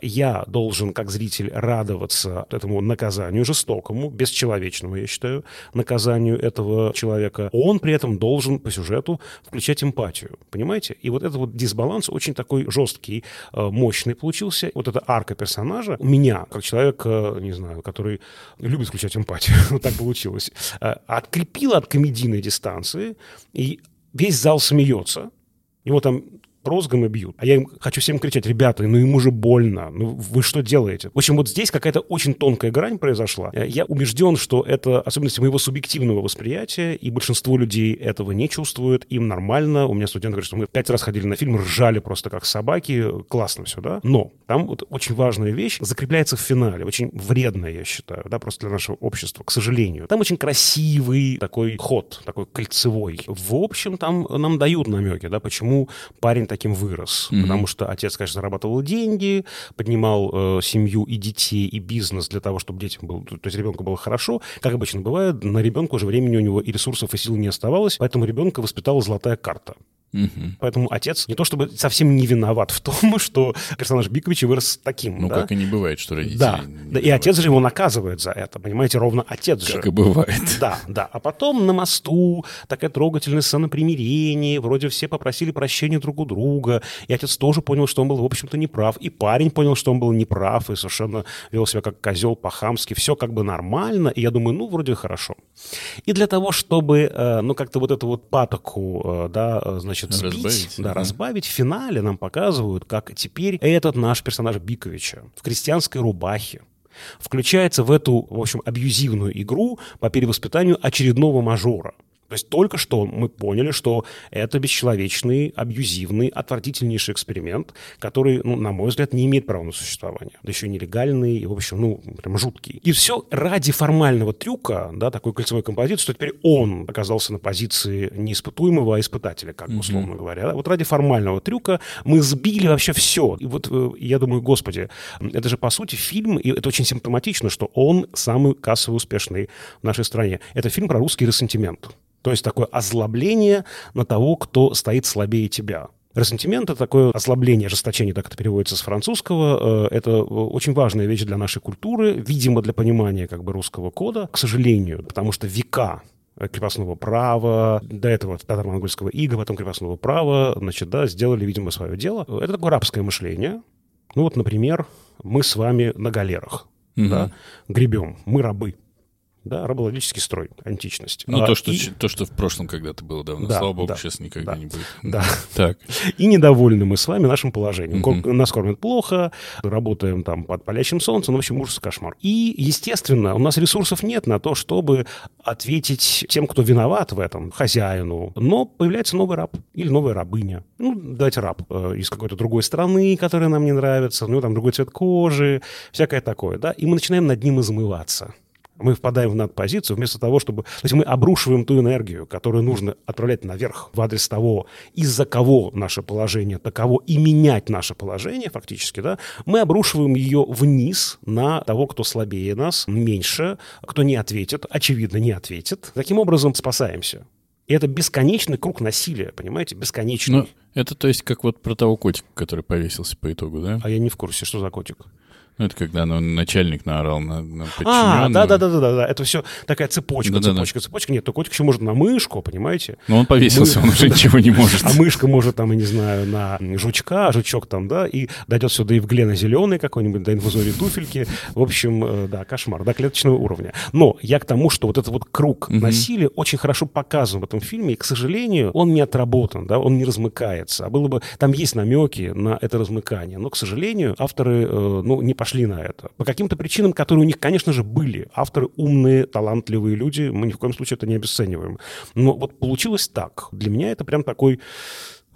Я должен, как зритель, радоваться этому наказанию жестокому, бесчеловечному, я считаю, наказанию этого человека. Он при этом должен по сюжету включать эмпатию, понимаете? И вот этот вот дисбаланс очень такой жесткий, мощный получился. Вот эта арка персонажа у меня, как человека, не знаю, который любит включать эмпатию, вот так получилось, открепила от комедийной дистанции, и весь зал смеется. Его там розгом и бьют. А я им хочу всем кричать: ребята, ну ему же больно, ну вы что делаете? В общем, вот здесь какая-то очень тонкая грань произошла. Я убежден, что это особенности моего субъективного восприятия, и большинство людей этого не чувствуют, им нормально. У меня студенты говорят, что мы пять раз ходили на фильм, ржали просто как собаки, классно все, да? Но там вот очень важная вещь закрепляется в финале, очень вредная, я считаю, да, просто для нашего общества, к сожалению. Там очень красивый такой ход, такой кольцевой. В общем, там нам дают намеки, да, почему парень таким вырос. Mm-hmm. Потому что отец, конечно, зарабатывал деньги, поднимал э, семью и детей, и бизнес для того, чтобы детям было, то есть ребенку было хорошо. Как обычно бывает, на ребенка уже времени у него и ресурсов, и сил не оставалось, поэтому ребенка воспитала золотая карта. Uh-huh. Поэтому отец не то чтобы совсем не виноват в том, что персонаж Биковича вырос таким. Ну, да? Как и не бывает, что родители... Да, да, и отец же его наказывает за это, понимаете, ровно отец же. Как и бывает. Да, да. А потом на мосту такая трогательная сцена примирения, вроде все попросили прощения друг у друга, и отец тоже понял, что он был, в общем-то, неправ, и парень понял, что он был неправ, и совершенно вел себя как козел по-хамски, все как бы нормально, и я думаю, ну, вроде хорошо. И для того, чтобы, ну, как-то вот эту вот патоку, да, значит, сбить, разбавить, да, да. разбавить, в финале нам показывают, как теперь этот наш персонаж Биковича в крестьянской рубахе включается в эту, в общем, абьюзивную игру по перевоспитанию очередного мажора. То есть только что мы поняли, что это бесчеловечный, абьюзивный, отвратительнейший эксперимент, который, ну, на мой взгляд, не имеет права на существование. Да еще и нелегальный, и, в общем, ну, прям жуткий. И все ради формального трюка, да, такой кольцевой композиции, что теперь он оказался на позиции не испытуемого, а испытателя, как бы, условно mm-hmm. говоря. Да? Вот ради формального трюка мы сбили вообще все. И вот я думаю, господи, это же, по сути, фильм, и это очень симптоматично, что он самый кассово успешный в нашей стране. Это фильм про русский ресентимент. То есть такое озлобление на того, кто стоит слабее тебя. Ресентимент — это такое озлобление, ожесточение, так это переводится с французского. Это очень важная вещь для нашей культуры, видимо, для понимания как бы русского кода, к сожалению, потому что века крепостного права, до этого татаро-монгольского ига, потом крепостного права, значит, да, сделали, видимо, свое дело. Это такое рабское мышление. Ну вот, например, мы с вами на галерах, mm-hmm. да, гребем, мы рабы. Да, рабовладельческий строй, античность. Ну, а, то, что, и... то, что в прошлом когда-то было давно. Да, Слава богу, да, сейчас никогда да, не будет. Да. Так. И недовольны мы с вами нашим положением. Uh-huh. Нас кормят плохо, работаем там под палящим солнцем, в общем, ужас и кошмар. И, естественно, у нас ресурсов нет на то, чтобы ответить тем, кто виноват в этом, хозяину. Но появляется новый раб или новая рабыня. Ну, давайте раб э, из какой-то другой страны, которая нам не нравится, ну, там другой цвет кожи, всякое такое, да. И мы начинаем над ним измываться. Мы впадаем в надпозицию вместо того, чтобы... То есть мы обрушиваем ту энергию, которую нужно отправлять наверх в адрес того, из-за кого наше положение таково, и менять наше положение фактически, да, мы обрушиваем ее вниз на того, кто слабее нас, меньше, кто не ответит, очевидно, не ответит. Таким образом спасаемся. И это бесконечный круг насилия, понимаете, бесконечный. Ну, это то есть как вот про того котика, который повесился по итогу, да? А я не в курсе, что за котик. Ну, это когда ну, начальник наорал на, на подчиненного. А, да-да-да-да, это все такая цепочка, да, цепочка, да, да. цепочка. Нет, то котик еще может на мышку, понимаете? Но он повесился, Мы... он уже ничего не может. А мышка может, там, я не знаю, на жучка, а жучок там, да, и дойдет сюда Евглена зеленый какой-нибудь, до инфузории туфельки. В общем, да, кошмар, до клеточного уровня. Но я к тому, что вот этот вот круг угу. насилия очень хорошо показан в этом фильме, и, к сожалению, он не отработан, да, он не размыкается. А было бы, там есть намеки на это размыкание, но, к сожалению, авторы, ну, не пошли на это. По каким-то причинам, которые у них, конечно же, были. Авторы умные, талантливые люди, мы ни в коем случае это не обесцениваем. Но вот получилось так. Для меня это прям такой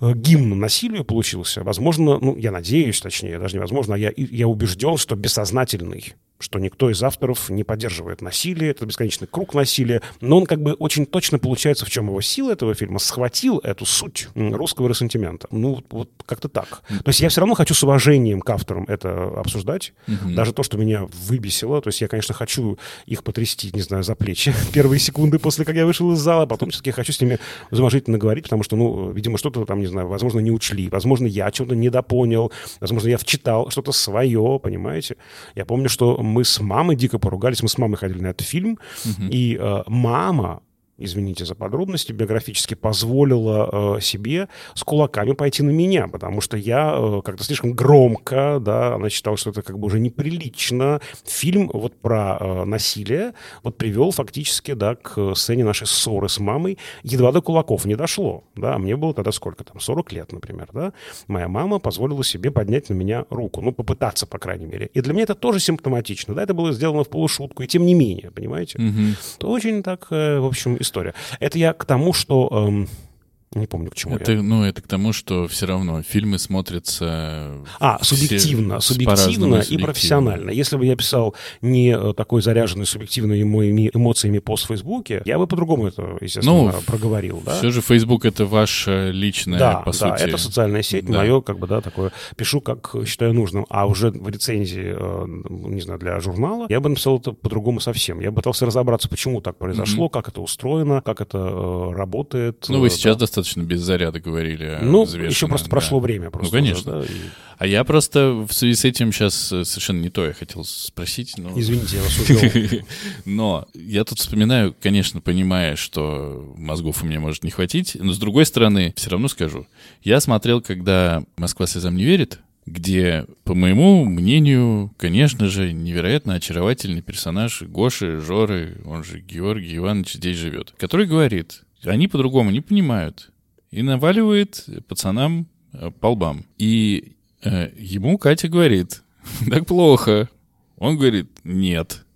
гимн насилию получился. Возможно, ну, я надеюсь, точнее, даже невозможно, а я, я убежден, что бессознательный, что никто из авторов не поддерживает насилие, это бесконечный круг насилия, но он как бы очень точно получается, в чем его сила этого фильма, схватил эту суть русского ресентимента. Ну, вот как-то так. То есть я все равно хочу с уважением к авторам это обсуждать, mm-hmm. даже то, что меня выбесило, то есть я, конечно, хочу их потрясти, не знаю, за плечи первые секунды после, как я вышел из зала, потом все-таки хочу с ними уважительно говорить, потому что, ну, видимо, что-то там, не знаю, возможно, не учли, возможно, я чем-то недопонял, возможно, я вчитал что-то свое, понимаете? Я помню, что мы с мамой дико поругались, мы с мамой ходили на этот фильм, uh-huh. и э, мама, извините за подробности, биографически позволила э, себе с кулаками пойти на меня, потому что я э, как-то слишком громко, да, она считала, что это как бы уже неприлично. Фильм вот про э, насилие вот привел фактически, да, к сцене нашей ссоры с мамой. Едва до кулаков не дошло, да, мне было тогда сколько там, сорок лет, например, да. Моя мама позволила себе поднять на меня руку, ну, попытаться, по крайней мере. И для меня это тоже симптоматично, да, это было сделано в полушутку, и тем не менее, понимаете? Mm-hmm. Это очень так, э, в общем, история. Это я к тому, что... Эм, не помню, к чему это, я. Ну, это к тому, что все равно фильмы смотрятся... А, субъективно, субъективно и профессионально. Если бы я писал не такой заряженный субъективными моими эмоциями пост в Фейсбуке, я бы по-другому это, естественно, ну, проговорил. Да? Все же Фейсбук — это ваша личная, да, по да, сути... Да, это социальная сеть, да. Мое, как бы, да, такое... Пишу, как считаю нужным. А уже в рецензии, не знаю, для журнала, я бы написал это по-другому совсем. Я пытался разобраться, почему так произошло, mm-hmm. как это устроено, как это работает. Ну, вы да. сейчас достаточно без заряда говорили. Ну, еще просто да. прошло время. Просто ну, конечно. Уже, да, и... А я просто в связи с этим сейчас совершенно не то я хотел спросить. Но... Извините, я вас увел. Но я тут вспоминаю, конечно, понимая, что мозгов у меня может не хватить, но с другой стороны, все равно скажу. Я смотрел, когда «Москва слезам не верит», где, по моему мнению, конечно же, невероятно очаровательный персонаж Гоши, Жоры, он же Георгий Иванович здесь живет, который говорит, они по-другому не понимают, и наваливает пацанам по лбам. И э, ему Катя говорит, так плохо. Он говорит, нет.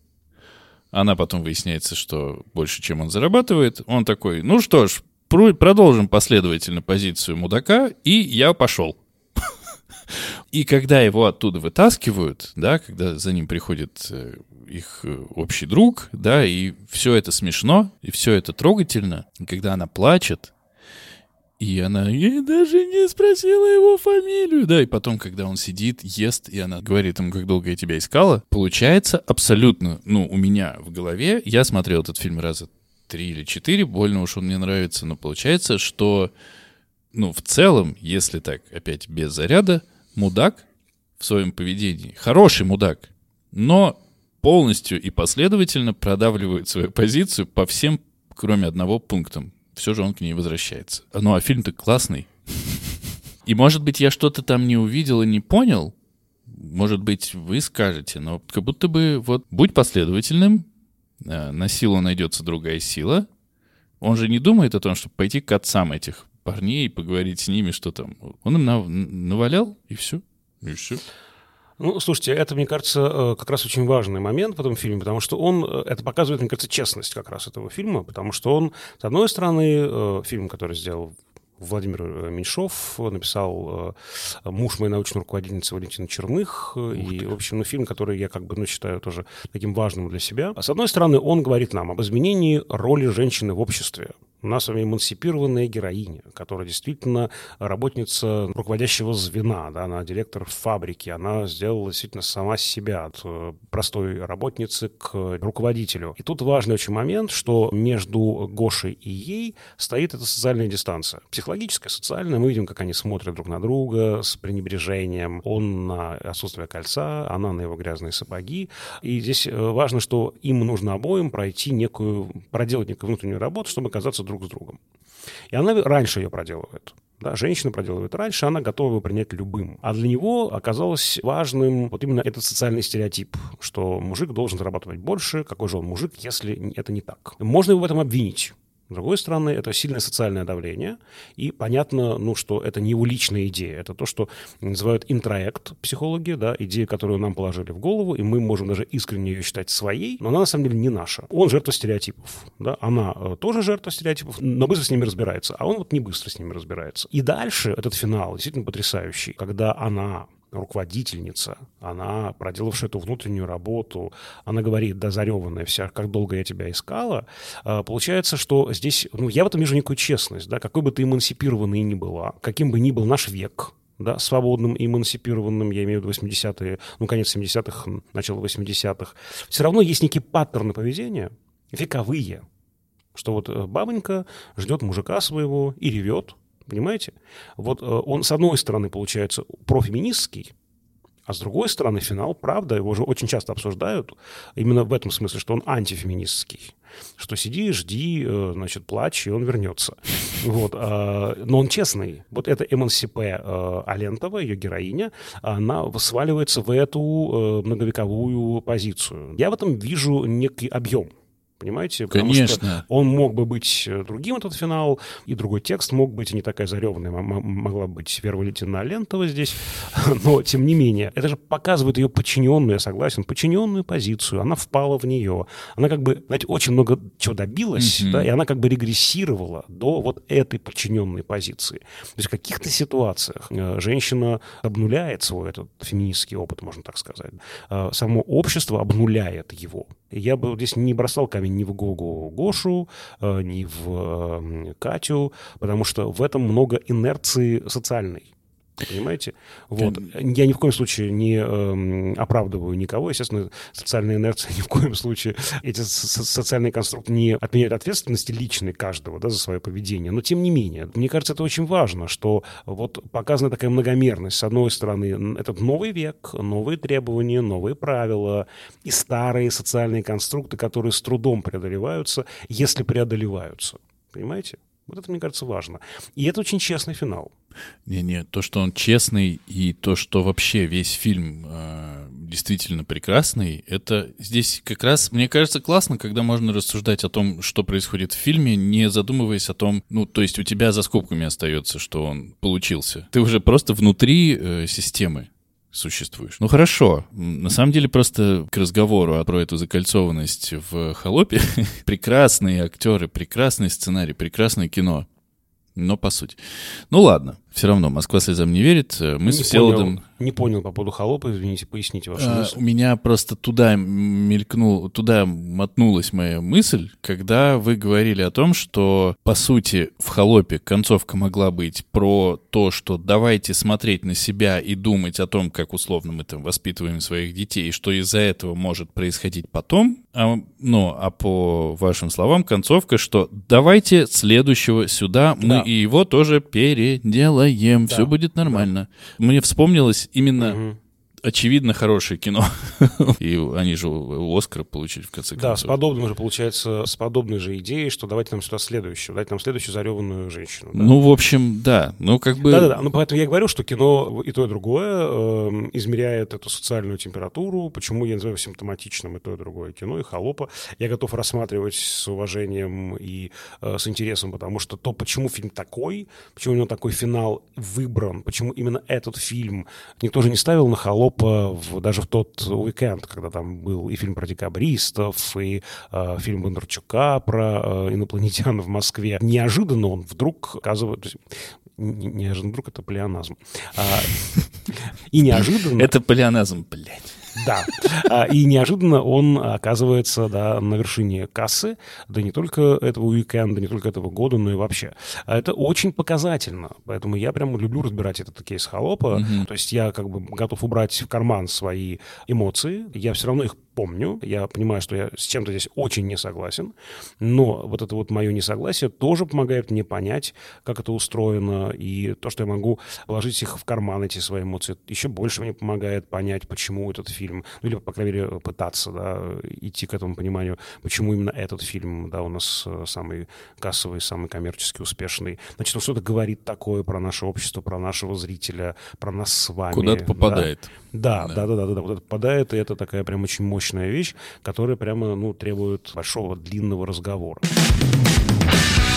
Она потом выясняется, что больше, чем он зарабатывает. Он такой, ну что ж, продолжим последовательно позицию мудака, и я пошел. И когда его оттуда вытаскивают, да, когда за ним приходит их общий друг, да, и все это смешно, и все это трогательно, и когда она плачет, и она я даже не спросила его фамилию, да, и потом, когда он сидит, ест, и она говорит ему, как долго я тебя искала, получается абсолютно, ну, у меня в голове, я смотрел этот фильм раза три или четыре, больно уж он мне нравится, но получается, что, ну, в целом, если так, опять без заряда, мудак в своем поведении, хороший мудак, но полностью и последовательно продавливает свою позицию по всем, кроме одного, пунктам. Все же он к ней возвращается. Ну, а фильм-то классный. И, может быть, я что-то там не увидел и не понял. Может быть, вы скажете, но как будто бы вот будь последовательным, на силу найдется другая сила. Он же не думает о том, чтобы пойти к отцам этих парней и поговорить с ними, что там. Он им нав- навалял, и все. И все. Ну, слушайте, это, мне кажется, как раз очень важный момент в этом фильме, потому что он, это показывает, мне кажется, честность как раз этого фильма, потому что он, с одной стороны, фильм, который сделал Владимир Меньшов, написал муж моей научной руководительницы Валентины Черных, и, в общем, ну, фильм, который я, как бы, ну, считаю тоже таким важным для себя. А с одной стороны, он говорит нам об изменении роли женщины в обществе. У нас с вами эмансипированная героиня, которая действительно работница руководящего звена, да, она директор фабрики, она сделала действительно сама себя от простой работницы к руководителю. И тут важный очень момент, что между Гошей и ей стоит эта социальная дистанция. Психологическая, социальная. Мы видим, как они смотрят друг на друга с пренебрежением. Он на отсутствие кольца, она на его грязные сапоги. И здесь важно, что им нужно обоим пройти некую, проделать некую внутреннюю работу, чтобы оказаться друг с другом. И она раньше ее проделывает. Да, женщина проделывает раньше, она готова его принять любым. А для него оказалось важным вот именно этот социальный стереотип, что мужик должен зарабатывать больше. Какой же он мужик, если это не так? Можно его в этом обвинить. С другой стороны, это сильное социальное давление, и понятно, ну, что это не его личная идея, это то, что называют интроект психологи, да, идея, которую нам положили в голову, и мы можем даже искренне ее считать своей, но она на самом деле не наша. Он жертва стереотипов, да, она э, тоже жертва стереотипов, но быстро с ними разбирается, а он вот не быстро с ними разбирается. И дальше этот финал действительно потрясающий, когда она... руководительница, она, проделавшая эту внутреннюю работу, она говорит, да, зареванная вся, как долго я тебя искала, получается, что здесь, ну, я в этом вижу некую честность, да, какой бы ты эмансипированной ни была, каким бы ни был наш век, да, свободным и эмансипированным, я имею в виду восьмидесятые, ну, конец семидесятых, начало восьмидесятых, все равно есть некие паттерны поведения, вековые, что вот бабонька ждет мужика своего и ревет. Понимаете? Вот он, с одной стороны, получается профеминистский, а с другой стороны, финал, правда, его же очень часто обсуждают, именно в этом смысле, что он антифеминистский. Что сиди, жди, значит, плачь, и он вернется. Вот. Но он честный. Вот эта Эмансипе Алентова, ее героиня, она сваливается в эту многовековую позицию. Я в этом вижу некий объем. Понимаете? Потому Конечно. Что он мог бы быть другим, этот финал, и другой текст мог быть, и не такая зареванная могла быть Вера Валентиновна Алентова здесь, но, тем не менее, это же показывает ее подчиненную, я согласен, подчиненную позицию, она впала в нее, она как бы, знаете, очень много чего добилась, mm-hmm. да, и она как бы регрессировала до вот этой подчиненной позиции. То есть в каких-то ситуациях женщина обнуляет свой этот феминистский опыт, можно так сказать. Само общество обнуляет его. Я бы здесь не бросал камень ни в Гогу Гошу, ни в Катю, потому что в этом много инерции социальной. Понимаете? Вот. Я ни в коем случае не э, оправдываю никого. Естественно, социальная инерция ни в коем случае, эти со- социальные конструкты не отменяют ответственности личной каждого, да, за свое поведение. Но тем не менее, мне кажется, это очень важно, что вот показана такая многомерность. С одной стороны, этот новый век, новые требования, новые правила и старые социальные конструкты, которые с трудом преодолеваются, если преодолеваются. Понимаете? Вот это, мне кажется, важно. И это очень честный финал. Не-не, то, что он честный, и то, что вообще весь фильм э, действительно прекрасный, это здесь как раз, мне кажется, классно, когда можно рассуждать о том, что происходит в фильме, не задумываясь о том, ну, то есть у тебя за скобками остается, что он получился. Ты уже просто внутри э, системы существуешь. Ну хорошо, на самом деле просто к разговору про эту закольцованность в «Холопе» прекрасные актеры, прекрасный сценарий, прекрасное кино, но по сути. Ну ладно, все равно «Москва слезам не верит», мы не с Всеволодом... Не понял по поводу «Холопа», извините, поясните вашу а, мысль. У меня просто туда мелькнул, туда мотнулась моя мысль, когда вы говорили о том, что, по сути, в «Холопе» концовка могла быть про то, что давайте смотреть на себя и думать о том, как условно мы там воспитываем своих детей, и что из-за этого может происходить потом. А, ну, а по вашим словам, концовка, что давайте следующего сюда, мы да. и его тоже переделаем, да. все будет нормально. Да. Мне вспомнилось именно... Угу. Очевидно, хорошее кино. И они же Оскар получили в конце концов. Да, с подобным же, получается, с подобной же идеей, что давайте нам сюда следующую, давайте нам следующую зареванную женщину. Да? Ну, в общем, да. Ну, как бы... Да-да-да, ну, поэтому я говорю, что кино и то, и другое э, измеряет эту социальную температуру, почему я называю симптоматичным и то, и другое кино, и «Холопа». Я готов рассматривать с уважением и э, с интересом, потому что то, почему фильм такой, почему у него такой финал выбран, почему именно этот фильм никто же не ставил на «Холопа», В, даже в тот уикенд, когда там был и фильм про декабристов, и э, фильм Бондарчука про э, инопланетян в Москве. Неожиданно он вдруг оказывается... Не, неожиданно вдруг это плеоназм. А, и неожиданно... Это плеоназм, блядь. Да. И неожиданно он оказывается, да, на вершине кассы, да не только этого уикенда, не только этого года, но и вообще. Это очень показательно. Поэтому я прям люблю разбирать этот кейс «Холопа». Mm-hmm. То есть я как бы готов убрать в карман свои эмоции. Я все равно их помню. Я понимаю, что я с чем-то здесь очень не согласен. Но вот это вот мое несогласие тоже помогает мне понять, как это устроено. И то, что я могу положить их в карман, эти свои эмоции, еще больше мне помогает понять, почему этот фильм, ну или, по крайней мере, пытаться, да, идти к этому пониманию, почему именно этот фильм, да, у нас самый кассовый, самый коммерчески успешный. Значит, он что-то говорит такое про наше общество, про нашего зрителя, про нас с вами. Куда-то попадает. Да, да, да, да, да, да, куда-то попадает, и это такая прям очень мощная вещь, которая прямо, ну, требует большого, длинного разговора.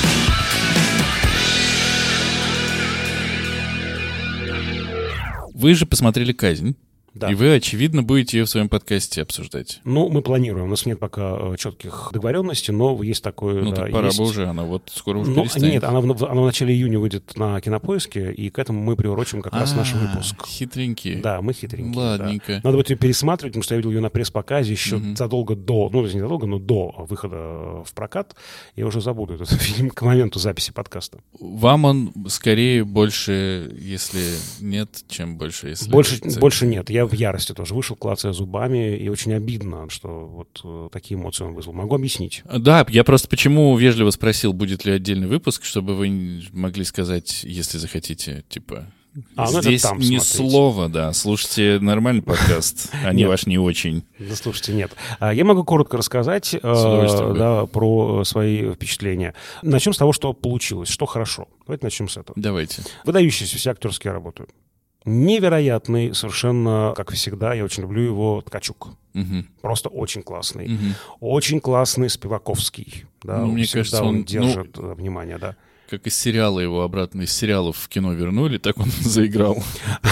Вы же посмотрели «Казнь». Да. И вы, очевидно, будете ее в своем подкасте обсуждать. Ну, мы планируем. У нас нет пока э, четких договоренностей, но есть такое... Ну, да, так пора есть... бы уже, она вот скоро уже но, перестанет. Нет, она в, она в начале июня выйдет на Кинопоиске, и к этому мы приурочим как раз наш выпуск. Хитренькие. Да, мы хитренькие. Ладненько. Да. Надо будет ее пересматривать, потому что я видел ее на пресс-показе еще Мгм. задолго до, ну, не задолго, но до выхода в прокат. Я уже забуду этот фильм к моменту записи подкаста. Вам он скорее больше, если нет, чем больше, если... Больше, это- больше нет. Я в ярости тоже вышел, клацая зубами, и очень обидно, что вот э, такие эмоции он вызвал. Могу объяснить. Да, я просто почему вежливо спросил, будет ли отдельный выпуск, чтобы вы могли сказать, если захотите, типа... А, ну это здесь там ни смотрите. слова, да. Слушайте нормальный подкаст, а не Нет. ваш не очень. Да, слушайте, нет. А, Я могу коротко рассказать э, удовольствием, да, про свои впечатления. Начнем с того, что получилось, что хорошо. Давайте начнем с этого. Давайте. Выдающиеся все актерские работы. Невероятный, совершенно, как всегда, я очень люблю его, Ткачук. Мгм. Просто очень классный. Мгм. Очень классный Спиваковский. Да, Ну, мне всегда кажется, он, держит э, внимание, да. Как из сериала его обратно из сериалов в кино вернули, так он заиграл.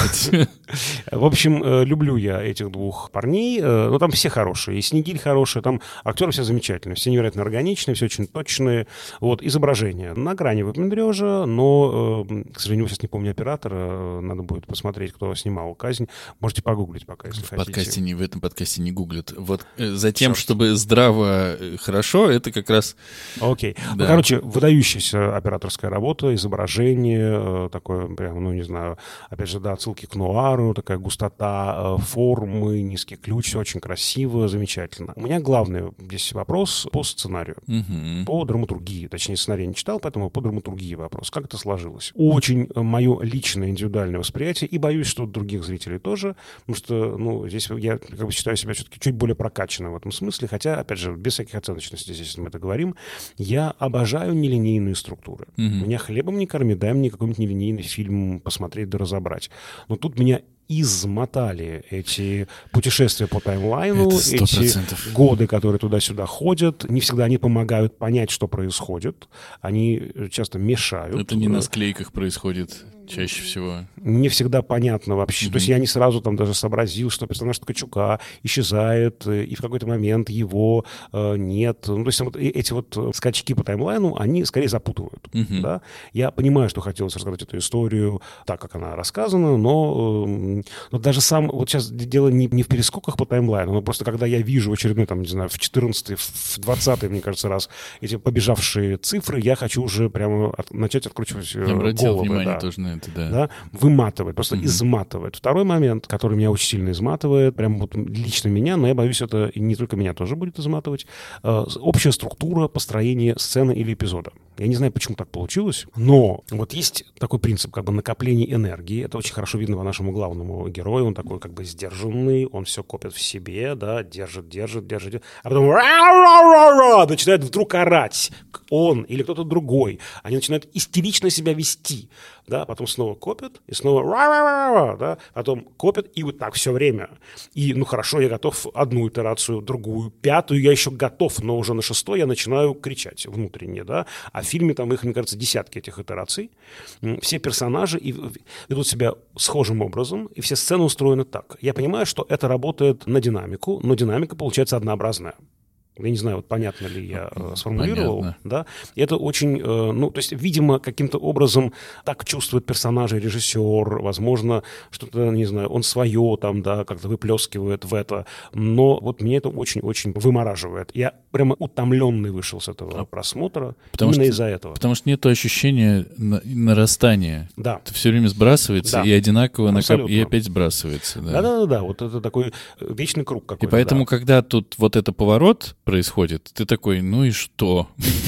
В общем, э, люблю я этих двух парней. э, Ну, там все хорошие. И Снегирь хороший, там актеры все замечательные. Все невероятно органичные, все очень точные. Вот, изображение на грани выпендрежа, но, э, к сожалению, сейчас не помню оператора. э, Надо будет посмотреть, кто снимал «Казнь». Можете погуглить пока, если В хотите. подкасте не, в этом подкасте не гуглят. Вот э, за тем, Черт. чтобы здраво, э, хорошо, это как раз... Окей. Да. Ну, короче, выдающаяся операторская работа, изображение, э, такое, прям, ну, не знаю, опять же, да, отсылки к нуару, такая густота э, формы, низкий ключ, все очень красиво, замечательно. У меня главный здесь вопрос по сценарию. Мгм. По драматургии. Точнее, сценарий не читал, поэтому по драматургии вопрос. Как это сложилось? Очень мое личное, индивидуальное восприятие, и боюсь, что других зрителей тоже, потому что, ну, здесь я как бы считаю себя все-таки чуть более прокачанным в этом смысле, хотя, опять же, без всяких оценочностей здесь, если мы это говорим, я обожаю нелинейные структуры. Мгм. Меня хлебом не корми, дай мне какой-нибудь нелинейный фильм посмотреть да разобрать. Но тут меня измотали эти путешествия по таймлайну, Это сто эти процентов. годы, которые туда-сюда ходят. Не всегда они помогают понять, что происходит. Они часто мешают. Это не на склейках происходит чаще всего. Не всегда понятно вообще. Мгм. То есть я не сразу там даже сообразил, что персонаж Ткачука исчезает, э, и в какой-то момент его э, нет. Ну, то есть вот э- эти вот э, скачки по таймлайну, они скорее запутывают. Мгм. Да? Я понимаю, что хотелось рассказать эту историю так, как она рассказана, но, э, но даже сам... Вот сейчас дело не, не в перескоках по таймлайну, но просто когда я вижу в очередной, там, не знаю, в четырнадцатый, в двадцатый, мне кажется, раз эти побежавшие цифры, я хочу уже прямо от- начать откручивать э, Я обратил головы. внимание да. тоже на это, да. Да, выматывает, просто Мгм. изматывает. Второй момент, который меня очень сильно изматывает, прям вот лично меня, но я боюсь, это и не только меня тоже будет изматывать, э, общая структура построения сцены или эпизода. Я не знаю, почему так получилось, но вот есть такой принцип как бы накопления энергии. Это очень хорошо видно по нашему главному герою. Он такой как бы сдержанный, он все копит в себе, да, держит, держит, держит, держит. А потом ра-ра-ра-ра, начинает вдруг орать. Он или кто-то другой. Они начинают истерично себя вести. Да, потом снова копят, и снова ра-ра-ра-ра, да, потом копят, и вот так все время. И, ну, хорошо, я готов одну итерацию, другую, пятую я еще готов, но уже на шестой я начинаю кричать внутренне, да. А в фильме там их, мне кажется, десятки этих итераций. М, Все персонажи и в- ведут себя схожим образом, и все сцены устроены так. Я понимаю, что это работает на динамику, но динамика получается однообразная. Я не знаю, вот понятно ли я э, сформулировал, Понятно. да, и это очень, э, ну, то есть, видимо, каким-то образом так чувствует персонажа режиссер, возможно, что-то, не знаю, он свое там, да, как-то выплескивает в это, но вот меня это очень-очень вымораживает. Я прямо утомленный вышел с этого просмотра Потому именно что- из-за этого. Потому что нет ощущения на- нарастания. Да. Это все время сбрасывается Да. и одинаково накап- Абсолютно. и опять сбрасывается. Да. Да-да-да, вот это такой э, вечный круг И какой-то. поэтому, да. когда тут вот это поворот происходит, ты такой, ну и что?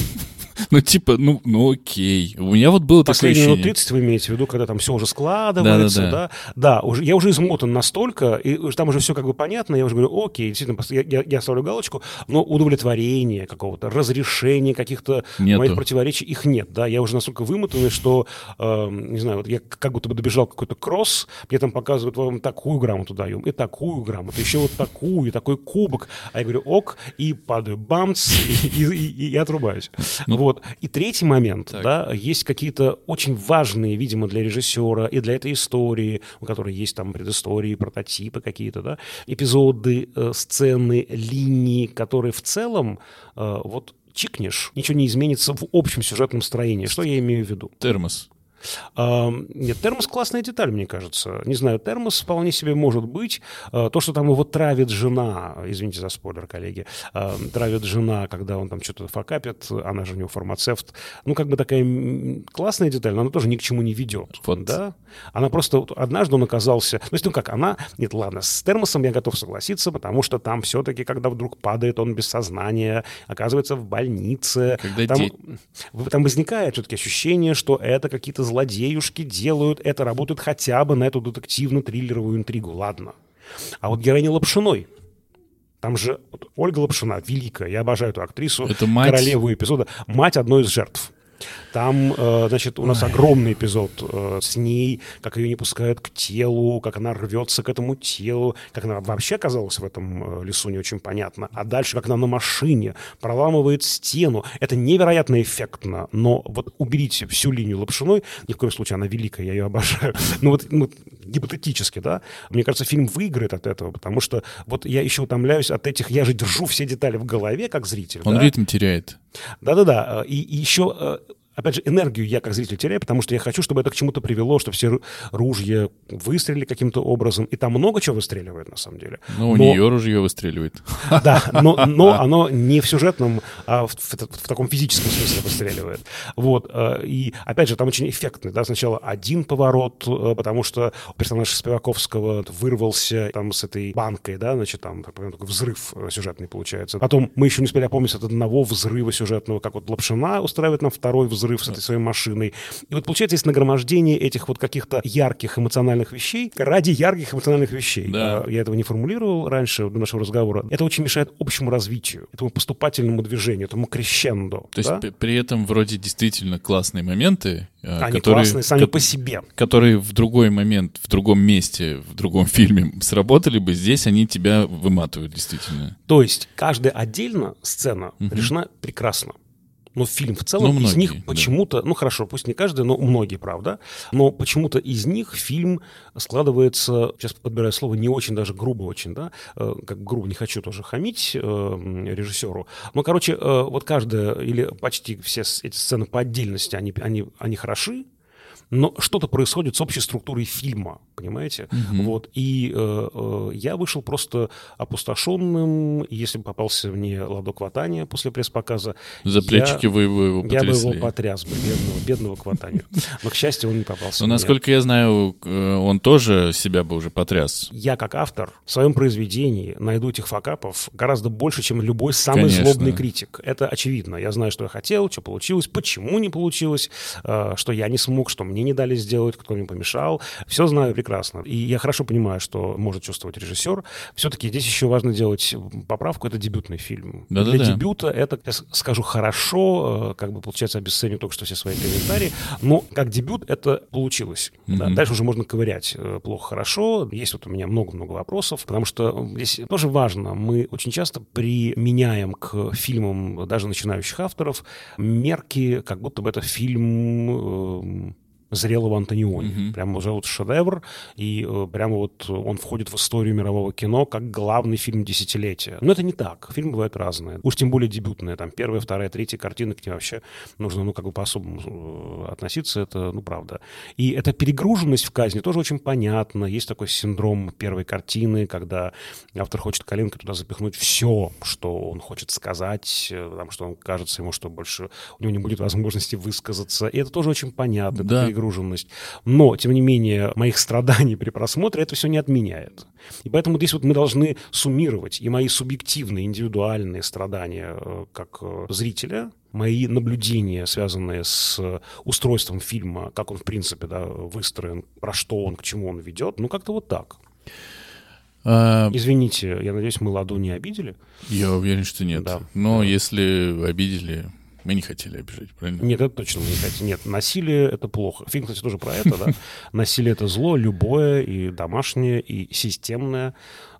Ну, типа, ну, ну окей. У меня вот было такое Последние минут ощущение. тридцать вы имеете в виду, когда там все уже складывается, да? Да-да-да. Да, уже, я уже измотан настолько, и уж там уже все как бы понятно, я уже говорю, окей, действительно, пос- я, я, я ставлю галочку, но удовлетворения какого-то, разрешения каких-то Нету. моих противоречий, их нет, да, я уже настолько вымотанный, что, э, не знаю, вот я как будто бы добежал какой-то кросс, мне там показывают, вам такую грамоту даем, и такую грамоту, еще вот такую, и такой кубок, а я говорю, ок, и падаю, бамц, и, и- и- и отрубаюсь. Ну, Вот. И третий момент, Так. да, есть какие-то очень важные, видимо, для режиссера и для этой истории, у которой есть там предыстории, прототипы какие-то, да, эпизоды, э, сцены, линии, которые в целом э, вот чикнешь, ничего не изменится в общем сюжетном строении. Что я имею в виду? Термос. А, нет, термос классная деталь, мне кажется. Не знаю, термос вполне себе может быть. А, то, что там его травит жена, извините за спойлер, коллеги, а, травит жена, когда он там что-то факапит, она же у него фармацевт. Ну, как бы такая м, классная деталь, но она тоже ни к чему не ведет. Вот. Да? Она просто... вот однажды он оказался... То есть, ну как, она... Нет, ладно, с термосом я готов согласиться, потому что там все-таки, когда вдруг падает он без сознания, оказывается в больнице. Когда Там, де- там возникает все-таки ощущение, что это какие-то злодеюшки делают, это работает хотя бы на эту детективно-триллеровую интригу. Ладно. А вот героиня Лапшиной, там же вот Ольга Лапшина, великая, я обожаю эту актрису, Это мать- королеву эпизода, мать одной из жертв. Там, э, значит, у нас огромный эпизод э, с ней, как ее не пускают к телу, как она рвется к этому телу, как она вообще оказалась в этом э, лесу, не очень понятно. А дальше, как она на машине проламывает стену. Это невероятно эффектно, но вот уберите всю линию Лапшиной, ни в коем случае она великая, я ее обожаю. Ну вот ну, гипотетически, да, мне кажется, фильм выиграет от этого, потому что вот я еще утомляюсь от этих, я же держу все детали в голове, как зритель. Он да? ритм теряет. Да-да-да. И, и еще, опять же, энергию я как зритель теряю, потому что я хочу, чтобы это к чему-то привело, чтобы все ружья выстрелили каким-то образом. И там много чего выстреливает, на самом деле. Но у Но- нее ружье выстреливает. Да, но, но оно не в сюжетном, а в, в- в таком физическом смысле выстреливает. Вот. э, И, опять же, там очень эффектный. Да? Сначала один поворот, э, потому что персонаж Спиваковского вырвался там с этой банкой, да, значит, там так понимаю, такой взрыв э, сюжетный получается. Потом мы еще не успели опомниться от одного взрыва сюжетного, как вот Лапшина устраивает нам второй взрыв с этой своей машиной. И вот получается есть нагромождение этих вот каких-то ярких эмоциональных вещей ради ярких эмоциональных вещей. Да. Э, Я этого не формулировал раньше до нашего разговора. Это очень мешает общему развитию, этому поступательному движению, этому крещендо. То есть да? п- при этом вроде действительно классные моменты, э, Они которые, классные сами ко- по себе. которые в другой момент, в другом месте, в другом фильме сработали бы, здесь они тебя выматывают действительно. То есть каждая отдельно сцена Мгм. решена прекрасно. Но фильм в целом, Ну, из многие, них да. почему-то, ну хорошо, пусть не каждый, но многие, правда, но почему-то из них фильм складывается, сейчас подбираю слово, не очень даже грубо очень, да, э, как грубо, не хочу тоже хамить э, режиссеру, но, короче, э, вот каждая или почти все с- эти сцены по отдельности, они, они, они хороши, но что-то происходит с общей структурой фильма, понимаете? Мгм. Вот. И э, э, я вышел просто опустошенным. Если бы попался мне Ладо Кватания после пресс-показа, За я- плечики вы его, его я бы потрясли. его потряс бы, бедного, бедного Кватанию. Но, к счастью, он не попался Но, мне. насколько я знаю, э, он тоже себя бы уже потряс. Я, как автор, в своем произведении найду этих факапов гораздо больше, чем любой самый Конечно. злобный критик. Это очевидно. Я знаю, что я хотел, что получилось, почему не получилось, э, что я не смог, что мне не дали сделать, кто мне помешал. Все знаю прекрасно. И я хорошо понимаю, что может чувствовать режиссер. Все-таки здесь еще важно делать поправку. Это дебютный фильм. Да-да-да. Для дебюта это, я с- скажу, хорошо. э, Как бы, получается, обесценю только что все свои комментарии. Но как дебют это получилось. Да. Мгм. Дальше уже можно ковырять э, плохо-хорошо. Есть вот у меня много-много вопросов, потому что здесь тоже важно. Мы очень часто применяем к фильмам даже начинающих авторов мерки, как будто бы это фильм э, зрелого Антониони. Мгм. Прямо уже вот шедевр, и э, прямо вот он входит в историю мирового кино как главный фильм десятилетия. Но это не так. Фильмы бывают разные. Уж тем более дебютные. Там первая, вторая, третья картины, к ним вообще нужно, ну, как бы по-особому э, относиться. Это, ну, правда. И эта перегруженность в казни тоже очень понятна. Есть такой синдром первой картины, когда автор хочет коленкой туда запихнуть все, что он хочет сказать, э, потому что он кажется ему, что больше у него не будет возможности высказаться. И это тоже очень понятно. Да. Это перегруженность. Но, тем не менее, моих страданий при просмотре это все не отменяет. И поэтому здесь вот мы должны суммировать и мои субъективные, индивидуальные страдания э, как э, зрителя, мои наблюдения, связанные с э, устройством фильма, как он, в принципе, да, выстроен, про что он, к чему он ведет, ну, как-то вот так. А, Извините, я надеюсь, мы Ладу не обидели? я уверен, что нет. Да. Но Да. если обидели, мы не хотели обижать, правильно? Нет, это точно не хотите. Нет, насилие — это плохо. Фильм, кстати, тоже про это, да. Насилие — это зло, любое, и домашнее, и системное.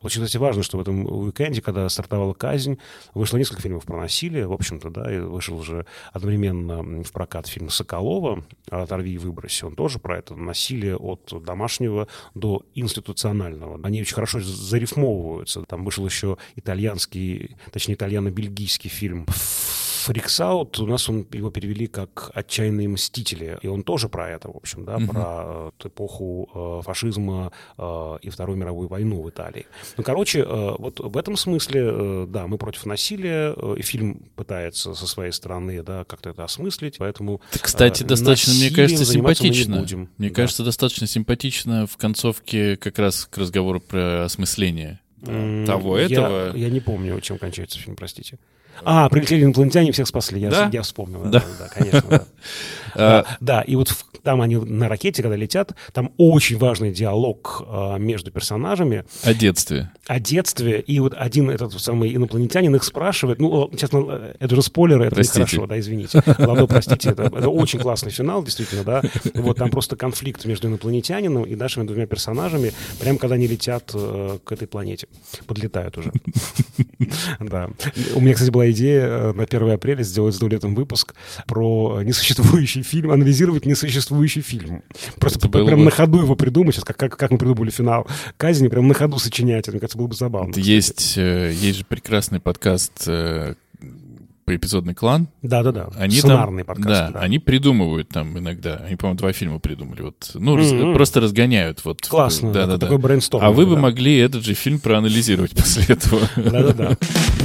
Очень, кстати, важно, что в этом уикенде, когда стартовала «Казнь», вышло несколько фильмов про насилие, в общем-то, да, и вышел уже одновременно в прокат фильм Соколова «Оторви и выброси». Он тоже про это насилие от домашнего до институционального. Они очень хорошо зарифмовываются. Там вышел еще итальянский, точнее, итальяно-бельгийский фильм «Freaks Out», у нас он, его перевели как «Отчаянные мстители», и он тоже про это, в общем, да, uh-huh. про э, эпоху э, фашизма э, и Вторую мировую войну в Италии. Ну, короче, э, вот в этом смысле, э, да, мы против насилия, э, и фильм пытается со своей стороны, да, как-то это осмыслить, поэтому... Это, кстати, э, достаточно, мне кажется, симпатично. Мы будем. Мне да. кажется, достаточно симпатично в концовке как раз к разговору про осмысление mm, того, я, этого. Я не помню, чем кончается фильм, простите. А, прилетели инопланетяне, всех спасли. Я, да? я вспомнил. Да, да, да конечно. Да. Да, да, и вот в, там они на ракете, когда летят, там очень важный диалог а, между персонажами. О детстве. О детстве. И вот один этот самый инопланетянин их спрашивает. Ну, честно, это же спойлеры, это нехорошо, да, извините. Ладно, простите, это, это очень классный финал, действительно, да. Вот там просто конфликт между инопланетянином и нашими двумя персонажами, прямо когда они летят э, к этой планете. Подлетают уже. Да. У меня, кстати, была идея на первое апреля сделать с Даулетом выпуск про несуществующий фильм, анализировать несуществующий фильм. Просто прям бы... на ходу его придумать, сейчас как, как, как мы придумали финал «Казни», прям на ходу сочинять, мне кажется, было бы забавно. Есть, есть же прекрасный подкаст «Эпизодный клан». Да-да-да, они сценарный там, подкаст. Да, да, они придумывают там иногда, они, по-моему, два фильма придумали, вот, ну, mm-hmm. раз, просто разгоняют. Вот, классно, да, да, такой да. брейнсторм. А вы да. бы могли этот же фильм проанализировать после этого. Да-да-да.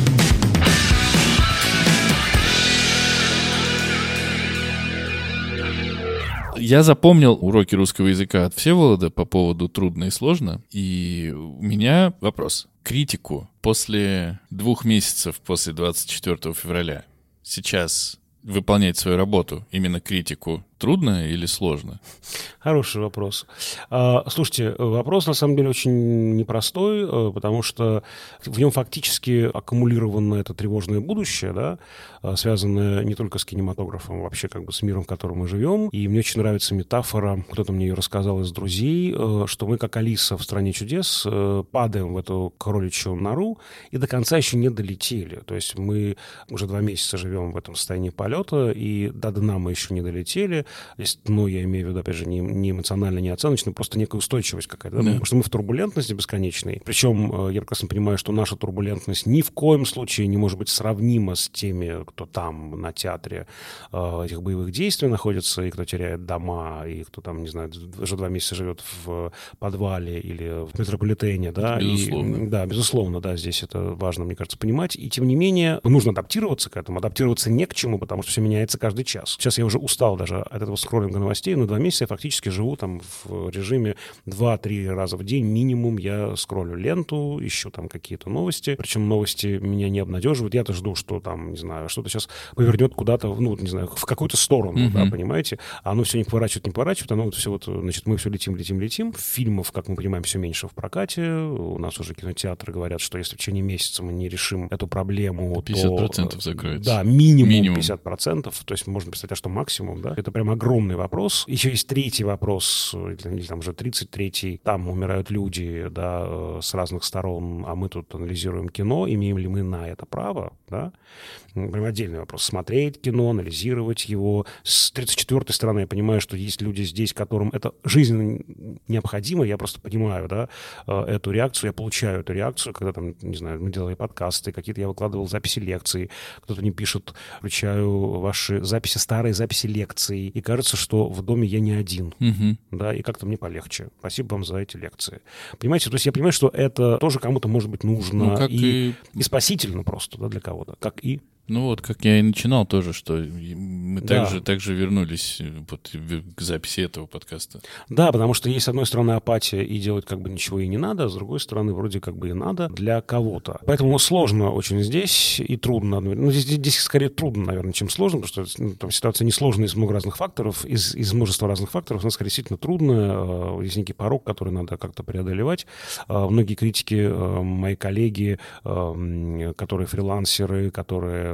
Я запомнил уроки русского языка от Всеволода по поводу «трудно» и «сложно», и у меня вопрос. Критику после двух месяцев после двадцать четвёртого февраля сейчас выполнять свою работу, именно критику, трудно или сложно? Хороший вопрос. Слушайте, вопрос на самом деле очень непростой, потому что в нем фактически аккумулировано это тревожное будущее, да, связанное не только с кинематографом, а вообще как бы с миром, в котором мы живем. И мне очень нравится метафора, кто-то мне ее рассказал из друзей, что мы, как Алиса в «Стране чудес», падаем в эту кроличью нору и до конца еще не долетели. То есть мы уже два месяца живем в этом состоянии полета, и до дна мы еще не долетели. Здесь, ну, я имею в виду, опять же, не, не эмоционально, не оценочно, просто некая устойчивость какая-то. Да? Да. Потому что мы в турбулентности бесконечной. Причем я прекрасно понимаю, что наша турбулентность ни в коем случае не может быть сравнима с теми, кто там на театре э, этих боевых действий находится, и кто теряет дома, и кто там, не знаю, уже два месяца живет в подвале или в метрополитене. Да? Безусловно. И, да, безусловно, да, здесь это важно, мне кажется, понимать. И тем не менее, нужно адаптироваться к этому. Адаптироваться не к чему, потому что все меняется каждый час. Сейчас я уже устал даже от этого скроллинга новостей. На два месяца я фактически живу там в режиме два-три раза в день минимум. Я скроллю ленту, ищу там какие-то новости. Причем новости меня не обнадеживают. Я-то жду, что там, не знаю, что-то сейчас повернет куда-то, ну, не знаю, в какую-то сторону, mm-hmm. да, понимаете? А оно все не поворачивает, не поворачивает. Оно вот все вот, значит, мы все летим, летим, летим. Фильмов, как мы понимаем, все меньше в прокате. У нас уже кинотеатры говорят, что если в течение месяца мы не решим эту проблему, пятьдесят процентов то... закроется. Да, минимум, минимум пятьдесят процентов. То есть можно представить, а что максимум, да? Это прям огромный вопрос. Еще есть третий вопрос, или там уже тридцать третий. Там умирают люди, да, с разных сторон, а мы тут анализируем кино. Имеем ли мы на это право, да? Прям отдельный вопрос. Смотреть кино, анализировать его. С тридцать четвёртой стороны я понимаю, что есть люди здесь, которым это жизненно необходимо. Я просто понимаю, да, эту реакцию. Я получаю эту реакцию, когда там, не знаю, мы делали подкасты, какие-то я выкладывал записи лекций, кто-то мне пишет, включаю ваши записи, старые записи лекций, и кажется, что в доме я не один, угу. да, и как-то мне полегче. Спасибо вам за эти лекции. Понимаете, то есть я понимаю, что это тоже кому-то может быть нужно, ну, как и, и... и спасительно просто, да, для кого-то, как и... Ну вот, как я и начинал тоже, что мы да. также, также вернулись вот к записи этого подкаста. Да, потому что есть, с одной стороны, апатия и делать как бы ничего и не надо, а с другой стороны, вроде как бы и надо для кого-то. Поэтому сложно очень здесь и трудно. Ну, здесь, здесь скорее трудно, наверное, чем сложно, потому что ну, там ситуация несложная из много разных факторов, из, из множества разных факторов. У нас, скорее, действительно трудно. Есть некий порог, который надо как-то преодолевать. Многие критики, мои коллеги, которые фрилансеры, которые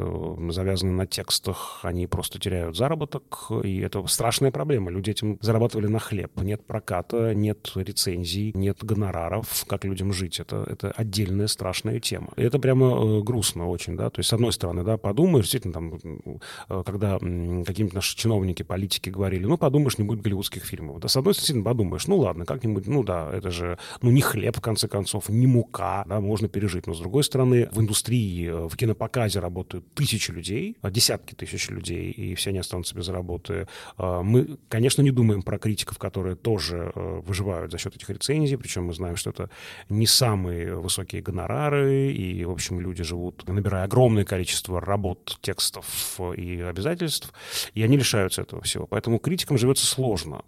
завязаны на текстах, они просто теряют заработок, и это страшная проблема. Люди этим зарабатывали на хлеб. Нет проката, нет рецензий, нет гонораров, как людям жить. Это, это отдельная страшная тема. И это прямо грустно очень, да. То есть, с одной стороны, да, подумаешь, действительно, там, когда какие-нибудь наши чиновники, политики говорили, ну, подумаешь, не будет голливудских фильмов. Да, с одной стороны, подумаешь, ну, ладно, как-нибудь, ну, да, это же, ну, не хлеб, в конце концов, не мука, да, можно пережить. Но, с другой стороны, в индустрии, в кинопоказе работают тысячи людей, десятки тысяч людей, и все они останутся без работы. Мы, конечно, не думаем про критиков, которые тоже выживают за счет этих рецензий, причем мы знаем, что это не самые высокие гонорары, и, в общем, люди живут, набирая огромное количество работ, текстов и обязательств, и они лишаются этого всего. Поэтому критикам живется сложно.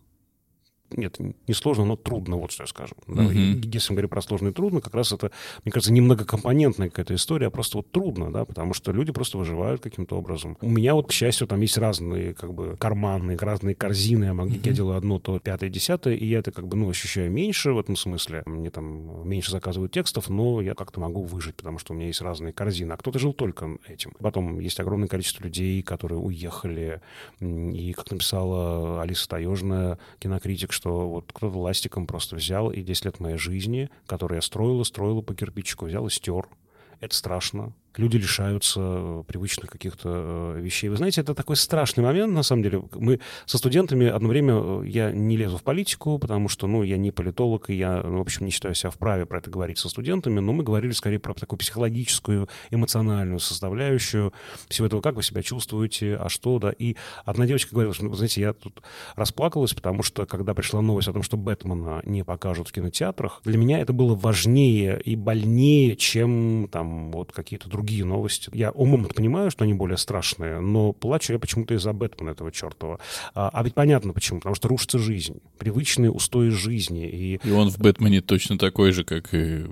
Нет, не сложно, но трудно, вот что я скажу. Да? Mm-hmm. Если мы говорим про сложно и трудно, как раз это, мне кажется, не многокомпонентная какая-то история, а просто вот трудно, да, потому что люди просто выживают каким-то образом. У меня вот, к счастью, там есть разные, как бы, карманные, разные корзины, я, могу, mm-hmm. я делаю одно, то пятое, десятое, и я это, как бы, ну, ощущаю меньше в этом смысле. Мне там меньше заказывают текстов, но я как-то могу выжить, потому что у меня есть разные корзины, а кто-то жил только этим. Потом есть огромное количество людей, которые уехали, и, как написала Алиса Таежная, кинокритик, что вот кто-то ластиком просто взял, и десять лет моей жизни, которые я строила, строила по кирпичику, взял и стер. Это страшно. Люди лишаются привычных каких-то вещей. Вы знаете, это такой страшный момент, на самом деле. Мы со студентами одно время, я не лезу в политику, потому что, ну, я не политолог, и я, ну, в общем, не считаю себя вправе про это говорить со студентами, но мы говорили скорее про такую психологическую, эмоциональную составляющую всего этого, как вы себя чувствуете, а что, да. И одна девочка говорила, что, вы знаете, я тут расплакалась, потому что, когда пришла новость о том, что «Бэтмена» не покажут в кинотеатрах, для меня это было важнее и больнее, чем там вот какие-то другие другие новости. Я умом понимаю, что они более страшные, но плачу я почему-то из-за Бэтмена этого чертова. А, а ведь понятно почему. Потому что рушится жизнь. Привычные устои жизни. И, и он в Бэтмене точно такой же, как и...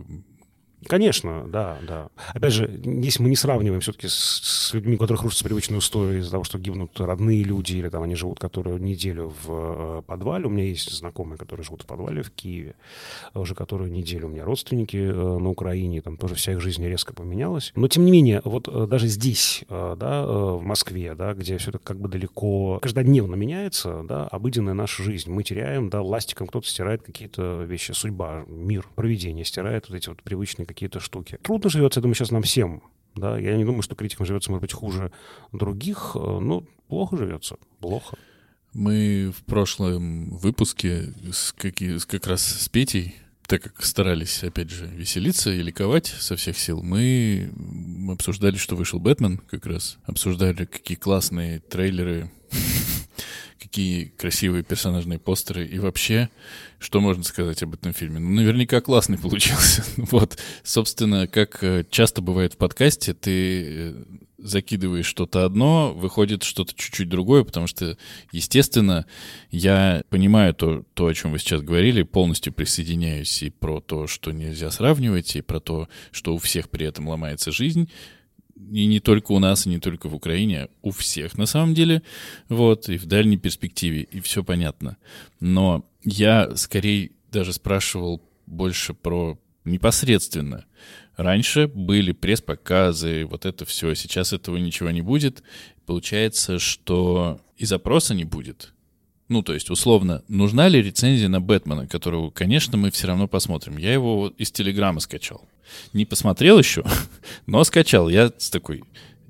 Конечно, да, да. Опять же, если мы не сравниваем все-таки с, с людьми, у которых рушатся привычные устои из-за того, что гибнут родные люди, или там они живут которую неделю в э, подвале. У меня есть знакомые, которые живут в подвале в Киеве, уже которую неделю у меня родственники э, на Украине, там тоже вся их жизнь резко поменялась. Но, тем не менее, вот э, даже здесь, э, да, э, в Москве, да, где все это как бы далеко, каждодневно меняется, да, обыденная наша жизнь. Мы теряем, да, ластиком кто-то стирает какие-то вещи, судьба, мир, провидение стирает вот эти вот привычные какие-то штуки. Трудно живется, я думаю, сейчас нам всем. Да? Я не думаю, что критикам живется, может быть, хуже других, но плохо живется. Плохо. Мы в прошлом выпуске с, какие, с, как раз с Петей, так как старались, опять же, веселиться и ликовать со всех сил, мы обсуждали, что вышел «Бэтмен» как раз. Обсуждали, какие классные трейлеры, какие красивые персонажные постеры и вообще, что можно сказать об этом фильме? Ну, наверняка классный получился. Вот, собственно, как часто бывает в подкасте, ты закидываешь что-то одно, выходит что-то чуть-чуть другое, потому что, естественно, я понимаю то, то, о чем вы сейчас говорили, полностью присоединяюсь и про то, что нельзя сравнивать, и про то, что у всех при этом ломается жизнь. И не только у нас, и не только в Украине, а у всех на самом деле, вот, и в дальней перспективе, и все понятно. Но я скорее даже спрашивал больше про непосредственно. Раньше были пресс-показы, вот это все, сейчас этого ничего не будет. Получается, что и запроса не будет. Ну, то есть, условно, нужна ли рецензия на «Бэтмена», которого, конечно, мы все равно посмотрим. Я его из Телеграма скачал. Не посмотрел еще, но скачал. Я с такой...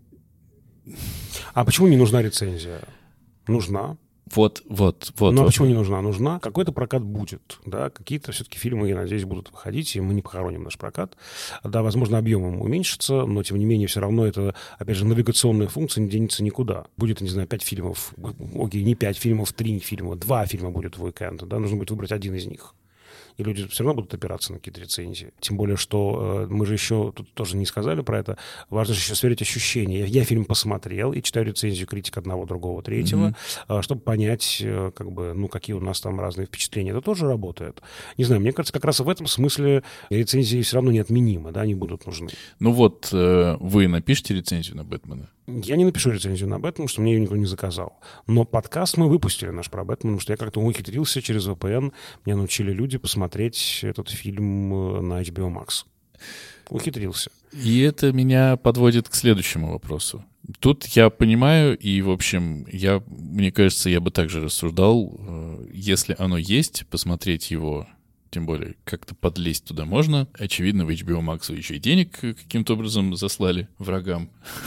А почему не нужна рецензия? Нужна. Вот, вот, вот. Ну, а вот. почему не нужна? Нужна. Какой-то прокат будет, да, какие-то все-таки фильмы, я надеюсь, будут выходить, и мы не похороним наш прокат. Да, возможно, объемом уменьшится, но, тем не менее, все равно это, опять же, навигационная функция не денется никуда. Будет, не знаю, пять фильмов, окей, не пять фильмов, три фильма, два фильма будет в уикенд, да, нужно будет выбрать один из них. И люди все равно будут опираться на какие-то рецензии. Тем более, что э, мы же еще тут тоже не сказали про это. Важно же еще сверить ощущения. Я, я фильм посмотрел и читаю рецензию критика одного, другого, третьего, mm-hmm. э, чтобы понять, э, как бы, ну, какие у нас там разные впечатления. Это тоже работает. Не знаю, мне кажется, как раз в этом смысле рецензии все равно неотменимы, да, они будут нужны. Ну вот, э, вы напишите рецензию на «Бэтмена»? Я не напишу рецензию на «Бэтмен», потому что мне ее никто не заказал. Но подкаст мы выпустили наш про «Бэтмен», потому что я как-то ухитрился через ви пи эн. Меня научили люди посмотреть этот фильм на эйч би о Max. Ухитрился. И это меня подводит к следующему вопросу. Тут я понимаю, и, в общем, я, мне кажется, я бы также рассуждал, э, если оно есть, посмотреть его, тем более как-то подлезть туда можно. Очевидно, в эйч би о Max еще и денег каким-то образом заслали врагам.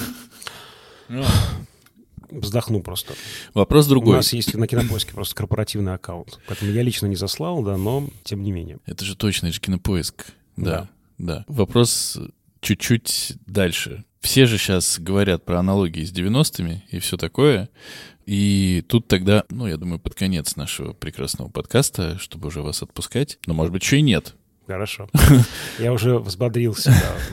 Вздохну просто. Вопрос другой. У нас есть на Кинопоиске просто корпоративный аккаунт, поэтому я лично не заслал, да, но тем не менее. Это же точно, это же Кинопоиск. Да, да. да. Вопрос чуть-чуть дальше. Все же сейчас говорят про аналогии с девяностыми и все такое. И тут тогда, ну, я думаю, под конец нашего прекрасного подкаста, чтобы уже вас отпускать, но, может быть, еще и нет. Хорошо. Я уже взбодрился.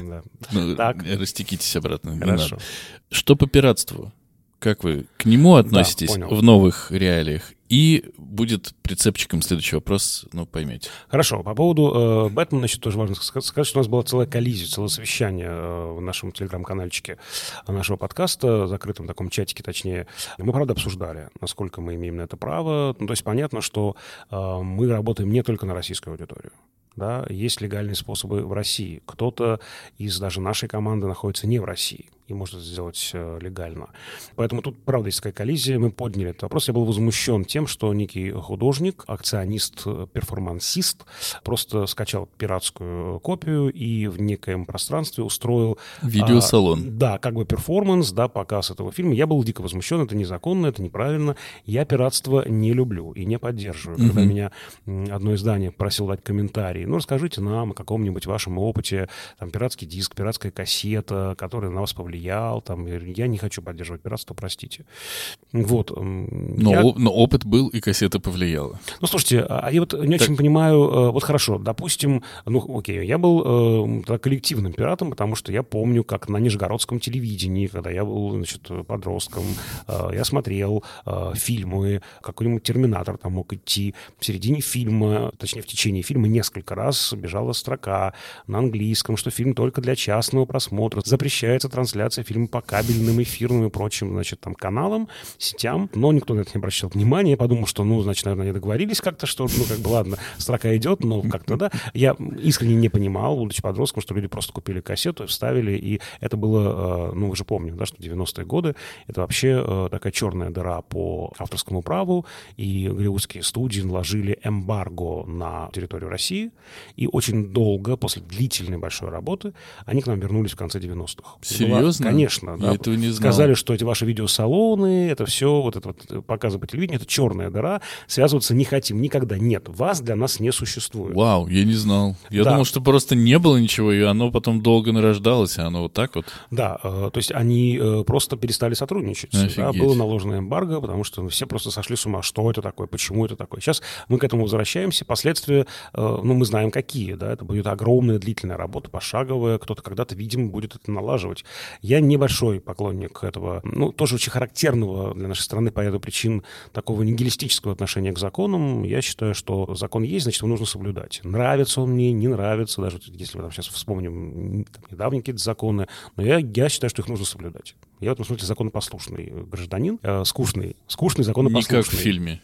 Так. Растекитесь обратно. Хорошо. Что по пиратству? Как вы к нему относитесь в новых реалиях? И будет прицепчиком следующий вопрос, ну, поймете. Хорошо. По поводу э, Бэтмена, значит, тоже важно сказать, что у нас была целая коллизия, целое совещание э, в нашем телеграм-канальчике нашего подкаста, в закрытом таком чатике, точнее. Мы, правда, обсуждали, насколько мы имеем на это право. Ну, то есть понятно, что э, мы работаем не только на российскую аудиторию. Да, есть легальные способы в России. Кто-то из даже нашей команды находится не в России и может это сделать э, легально. Поэтому тут, правда, есть такая коллизия. Мы подняли этот вопрос. Я был возмущен тем, что некий художник, акционист, перформансист просто скачал пиратскую копию и в некоем пространстве устроил... Видеосалон. А, да, как бы перформанс, да, показ этого фильма. Я был дико возмущен. Это незаконно, это неправильно. Я пиратство не люблю и не поддерживаю. Mm-hmm. Когда меня одно издание просило дать комментарий, ну, расскажите нам о каком-нибудь вашем опыте, там, пиратский диск, пиратская кассета, который на вас повлиял, там, я не хочу поддерживать пиратство, простите. Вот. Но, я... но опыт был, и кассета повлияла. Ну, слушайте, я вот не так... очень понимаю, вот хорошо, допустим, ну, окей, я был э, коллективным пиратом, потому что я помню, как на нижегородском телевидении, когда я был, значит, подростком, э, я смотрел э, фильмы, какой-нибудь «Терминатор» там мог идти, в середине фильма, точнее, в течение фильма несколько раз бежала строка на английском, что фильм только для частного просмотра. Запрещается трансляция фильма по кабельным, эфирным и прочим, значит, там, каналам, сетям. Но никто на это не обращал внимания. Я подумал, что, ну, значит, наверное, не договорились как-то, что, ну, как бы, ладно, строка идет, но как-то, да. Я искренне не понимал, будучи подростком, что люди просто купили кассету, вставили, и это было, ну, вы же помните, да, что девяностые годы это вообще такая черная дыра по авторскому праву, и голливудские студии наложили эмбарго на территорию России, и очень долго, после длительной большой работы, они к нам вернулись в конце девяностых. Серьезно? Была, конечно. Я да. этого не знал. Сказали, что эти ваши видеосалоны, это все, вот это вот показы по телевидению, это черная дыра, связываться не хотим никогда. Нет, вас для нас не существует. Вау, я не знал. Я да. думал, что просто не было ничего, и оно потом долго нарождалось, а оно вот так вот. Да, э, то есть они э, просто перестали сотрудничать. Да, было наложено эмбарго, потому что все просто сошли с ума. Что это такое? Почему это такое? Сейчас мы к этому возвращаемся. Последствия, э, ну, мы знаем, какие. Да? Это будет огромная длительная работа, пошаговая. Кто-то когда-то, видимо, будет это налаживать. Я небольшой поклонник этого, ну, тоже очень характерного для нашей страны по ряду причин такого нигилистического отношения к законам. Я считаю, что закон есть, значит, его нужно соблюдать. Нравится он мне, не нравится, даже если мы там сейчас вспомним там, недавние какие-то законы, но я, я считаю, что их нужно соблюдать. Я в этом смысле законопослушный гражданин, э, скучный, скучный законопослушный. Не как в фильме.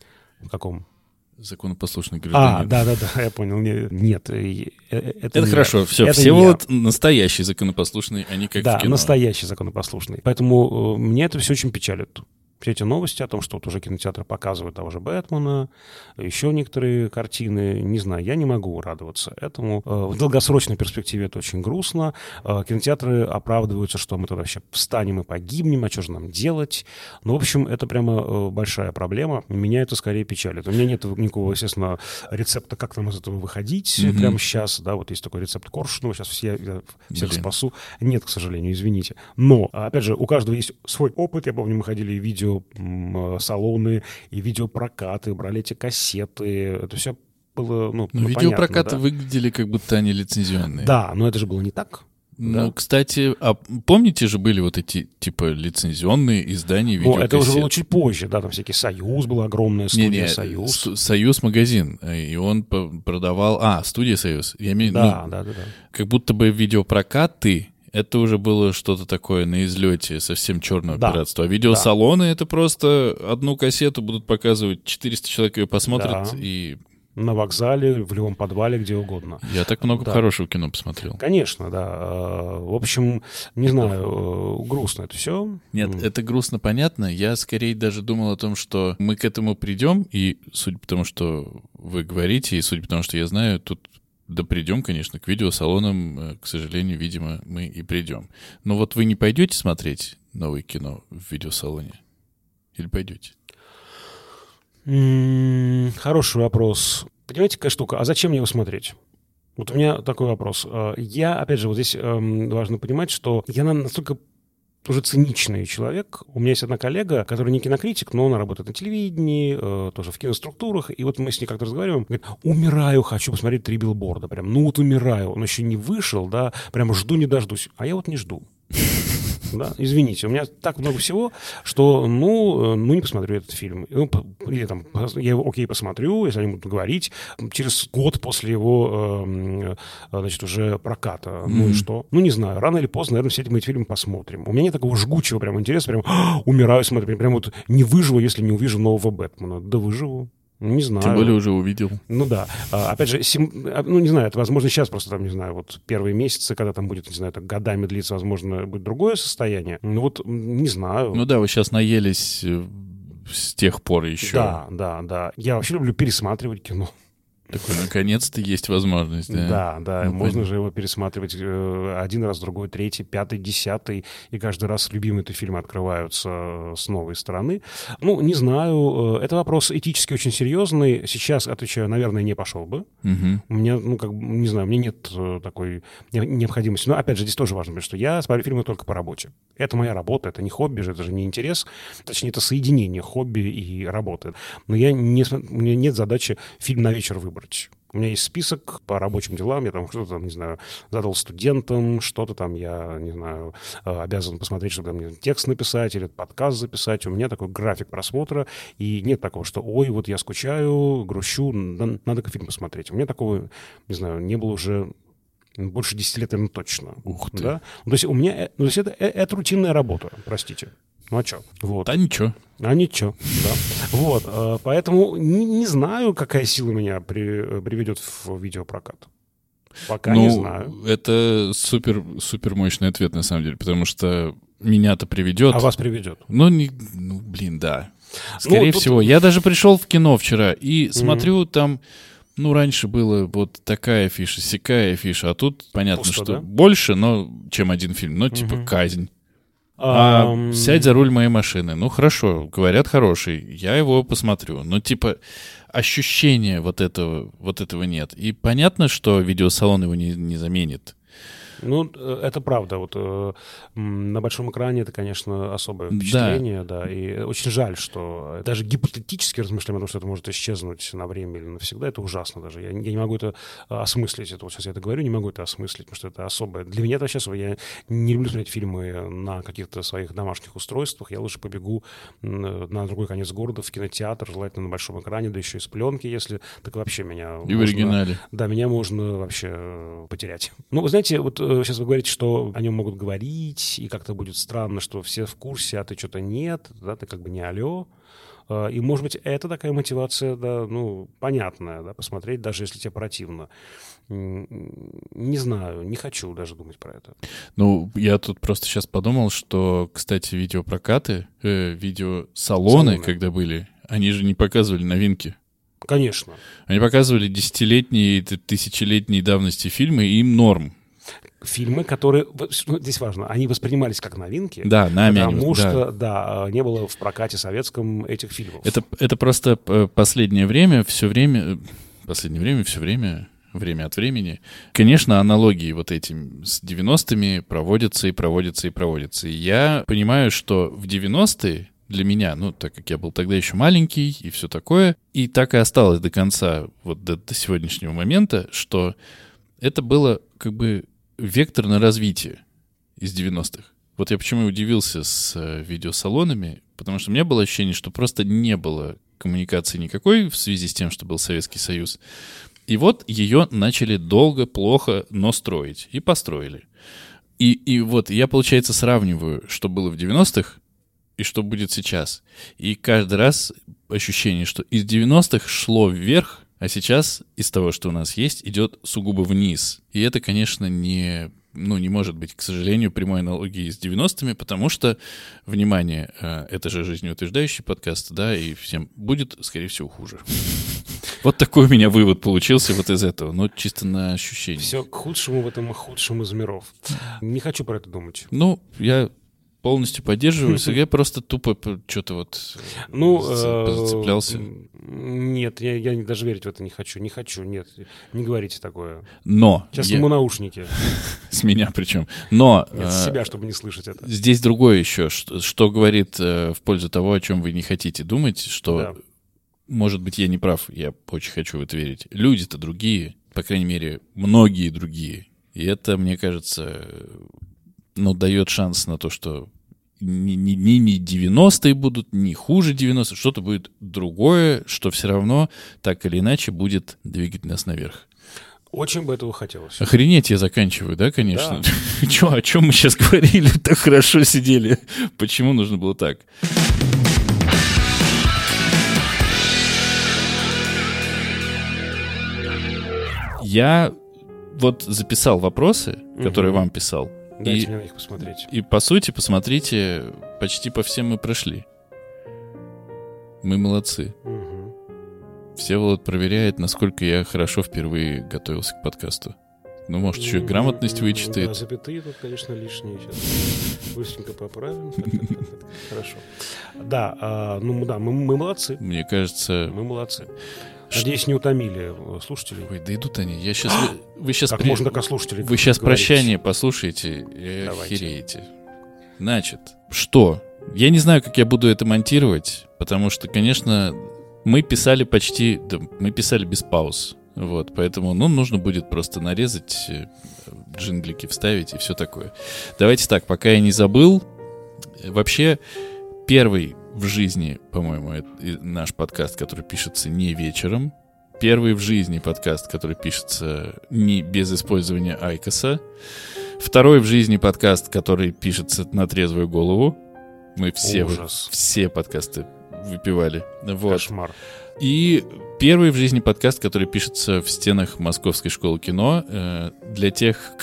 В каком? Законопослушный гражданин. А, да-да-да, я понял. Нет, это, это не хорошо. я. Все, это все вот настоящий законопослушный, а не как да, в кино. Да, настоящий законопослушный. Поэтому э, меня это все очень печалит. Все эти новости о том, что вот уже кинотеатры показывают того же Бэтмена, еще некоторые картины, не знаю, я не могу радоваться этому. В долгосрочной перспективе это очень грустно. Кинотеатры оправдываются, что мы тогда вообще встанем и погибнем, а что же нам делать? Ну, в общем, это прямо большая проблема. Меня это скорее печалит. У меня нет никакого, естественно, рецепта, как нам из этого выходить mm-hmm. прямо сейчас. Да, вот есть такой рецепт Коршунова, сейчас все, я всех Блин. спасу. Нет, к сожалению, извините. Но, опять же, у каждого есть свой опыт. Я помню, мы ходили и видео салоны и видеопрокаты, брали эти кассеты. Это все было, ну, ну, ну видеопрокаты понятно, да? выглядели как будто они лицензионные. Да, но это же было не так. Ну, да? Кстати, а помните же были вот эти, типа, лицензионные издания видеокассет? Ну, это уже было чуть позже, да, там всякий «Союз» была огромная, студия не, не, «Союз». «Союз» магазин, и он продавал... А, студия «Союз». Я имею, да, ну, да, да, да. Как будто бы видеопрокаты... Это уже было что-то такое на излете, совсем черного да. пиратства. А видеосалоны да. — это просто одну кассету будут показывать, четыреста человек ее посмотрят, да. и на вокзале, в любом подвале, где угодно. Я так много да. хорошего кино посмотрел. Конечно, да. В общем, не знаю, грустно это все. Нет, mm. это грустно, понятно. Я скорее даже думал о том, что мы к этому придем, и судя по тому, что вы говорите, и судя по тому, что я знаю, тут да придем, конечно, к видеосалонам, к сожалению, видимо, мы и придем. Но вот вы не пойдете смотреть новое кино в видеосалоне? Или пойдете? Mm, хороший вопрос. Понимаете, какая штука? А зачем мне его смотреть? Вот у меня такой вопрос. Я, опять же, вот здесь важно понимать, что я настолько уже циничный человек. У меня есть одна коллега, которая не кинокритик, но она работает на телевидении, тоже в киноструктурах. И вот мы с ней как-то разговариваем. Говорит, умираю, хочу посмотреть «Три билборда». Прям, ну вот умираю. Он еще не вышел, да, прям жду не дождусь. А я вот не жду. Да? Извините, у меня так много всего, что, ну, ну не посмотрю этот фильм. Ну, или там, я его, окей, посмотрю, если они будут говорить, через год после его, э, значит, уже проката. Mm-hmm. Ну и что? Ну, не знаю, рано или поздно, наверное, все эти мои фильмы посмотрим. У меня нет такого жгучего прям интереса, прям умираю смотреть, прям вот не выживу, если не увижу нового Бэтмена. Да выживу. Не знаю. Тем более уже увидел. Ну да. А, опять же, сим... ну не знаю, это возможно сейчас просто там, не знаю, вот первые месяцы, когда там будет, не знаю, так годами длиться, возможно, будет другое состояние. Ну вот, не знаю. Ну да, вы сейчас наелись с тех пор еще. Да, да, да. Я вообще люблю пересматривать кино. Такой, наконец-то есть возможность, да? Да, да, ну, можно понятно. же его пересматривать один раз, другой, третий, пятый, десятый, и каждый раз любимые-то фильмы открываются с новой стороны. Ну, не знаю, это вопрос этически очень серьезный. Сейчас, отвечаю, наверное, не пошел бы. Угу. У меня, ну, как бы, не знаю, у меня нет такой необходимости. Но, опять же, здесь тоже важно, что я смотрю фильмы только по работе. Это моя работа, это не хобби же, это же не интерес. Точнее, это соединение хобби и работы. Но я не, у меня нет задачи фильм на вечер выбрать. У меня есть список по рабочим делам, я там что-то там, не знаю, задал студентам, что-то там я, не знаю, обязан посмотреть, чтобы там мне текст написать или подкаст записать. У меня такой график просмотра, и нет такого, что, ой, вот я скучаю, грущу, надо фильм посмотреть. У меня такого, не знаю, не было уже больше десяти лет, наверное, точно. Ух ты. Да? То есть у меня, ну, то есть это, это рутинная работа, простите. Ну а что? Вот. А ничего. А ничего, да. Вот, поэтому не, не знаю, какая сила меня при, приведет в видеопрокат. Пока ну, не знаю. Это супер, супер мощный ответ, на самом деле, потому что меня-то приведет. А вас приведет? Ну, не, ну блин, да. Скорее ну, тут... всего. Я даже пришел в кино вчера и mm-hmm. смотрю там... Ну, раньше было вот такая фиша, сякая фиша, а тут понятно, Пусто, что да? больше, но, чем один фильм. Ну, типа, угу. казнь. А um... сядь за руль моей машины. Ну, хорошо, говорят, хороший. Я его посмотрю. Но, типа, ощущения вот этого, вот этого нет. И понятно, что видеосалон его не, не заменит. Ну, это правда. Вот э, на большом экране это, конечно, особое впечатление, да. да. И очень жаль, что даже гипотетически размышляем о том, что это может исчезнуть на время или навсегда, это ужасно даже. Я, я не могу это осмыслить. Это вот сейчас я это говорю, не могу это осмыслить, потому что это особое. Для меня это сейчас, я не люблю смотреть фильмы на каких-то своих домашних устройствах. Я лучше побегу на другой конец города, в кинотеатр, желательно на большом экране, да еще и с пленки, если так вообще меня... И можно, в оригинале. Да, меня можно вообще потерять. Ну, вы знаете, вот сейчас вы говорите, что о нем могут говорить, и как-то будет странно, что все в курсе, а ты что-то нет, да, ты как бы не алло. И, может быть, это такая мотивация, да, ну, понятная, да, посмотреть, даже если тебе противно. Не знаю, не хочу даже думать про это. Ну, я тут просто сейчас подумал, что, кстати, видеопрокаты, э, видеосалоны, Салоны. когда были, они же не показывали новинки. Конечно. Они показывали десятилетние, тысячелетние давности фильмы, и им норм. Фильмы, которые, здесь важно, они воспринимались как новинки, да, нами потому они, что, да. да, не было в прокате советском этих фильмов. Это, это просто последнее время, все время, последнее время, все время, время от времени. Конечно, аналогии вот этим с девяностыми проводятся и проводятся и проводятся. И я понимаю, что в девяностые для меня, ну, так как я был тогда еще маленький и все такое, и так и осталось до конца, вот до, до сегодняшнего момента, что это было как бы вектор на развитие из девяностых. Вот я почему удивился с э, видеосалонами, потому что у меня было ощущение, что просто не было коммуникации никакой в связи с тем, что был Советский Союз. И вот ее начали долго, плохо, но строить. И построили. И, и вот я, получается, сравниваю, что было в девяностых и что будет сейчас. И каждый раз ощущение, что из девяностых шло вверх, А сейчас из того, что у нас есть, идет сугубо вниз. И это, конечно, не, ну, не может быть, к сожалению, прямой аналогией с девяностыми, потому что, внимание, это же жизнеутверждающий подкаст, да, и всем будет, скорее всего, хуже. Вот такой у меня вывод получился вот из этого, но чисто на ощущение. Все к худшему в этом худшем из миров. Не хочу про это думать. Ну, я полностью поддерживаюсь, я просто тупо что-то вот ну, зацеплялся. Нет, я, я даже верить в это не хочу. Не хочу, нет. Не говорите такое. Но. Сейчас я... ему наушники. С меня причем. Но. Нет, с себя, чтобы не слышать это. Здесь другое еще, что, что говорит в пользу того, о чем вы не хотите думать, что, да. Может быть, я не прав, я очень хочу в это верить. Люди-то другие, по крайней мере, многие другие. И это, мне кажется, ну, дает шанс на то, что не, не, не девяностые будут, не хуже девяностых, что-то будет другое, что все равно так или иначе будет двигать нас наверх. Очень бы этого хотелось. Охренеть, я заканчиваю, да, конечно? Да. Че, о чем мы сейчас говорили? Так хорошо сидели. Почему нужно было так? Я вот записал вопросы, которые угу. вам писал. Дайте и, мне на них посмотреть. И, по сути, посмотрите, почти по всем мы прошли. Мы молодцы. Угу. Всеволод проверяет, насколько я хорошо впервые готовился к подкасту. Ну, может, еще и грамотность вычитает. Да, запятые тут, конечно, лишние. Сейчас быстренько поправим. Хорошо. Да, ну да, мы молодцы. Мне кажется... Мы молодцы. Надеюсь, не утомили слушателей. Ой, да идут они. Я сейчас... Вы, вы сейчас как при... можно так о слушателей Вы сейчас говорить? Прощание послушаете и охереете. Значит, что? Я не знаю, как я буду это монтировать, потому что, конечно, мы писали почти... Да, мы писали без пауз. Вот, поэтому, ну, нужно будет просто нарезать, джинглики вставить и все такое. Давайте так, пока я не забыл. Вообще, первый в жизни, по-моему, это наш подкаст, который пишется не вечером. Первый в жизни подкаст, который пишется не без использования айкоса. Второй в жизни подкаст, который пишется на трезвую голову. Мы все, вы, все подкасты выпивали. Вот. Кошмар. И первый в жизни подкаст, который пишется в стенах Московской школы кино. Э, для тех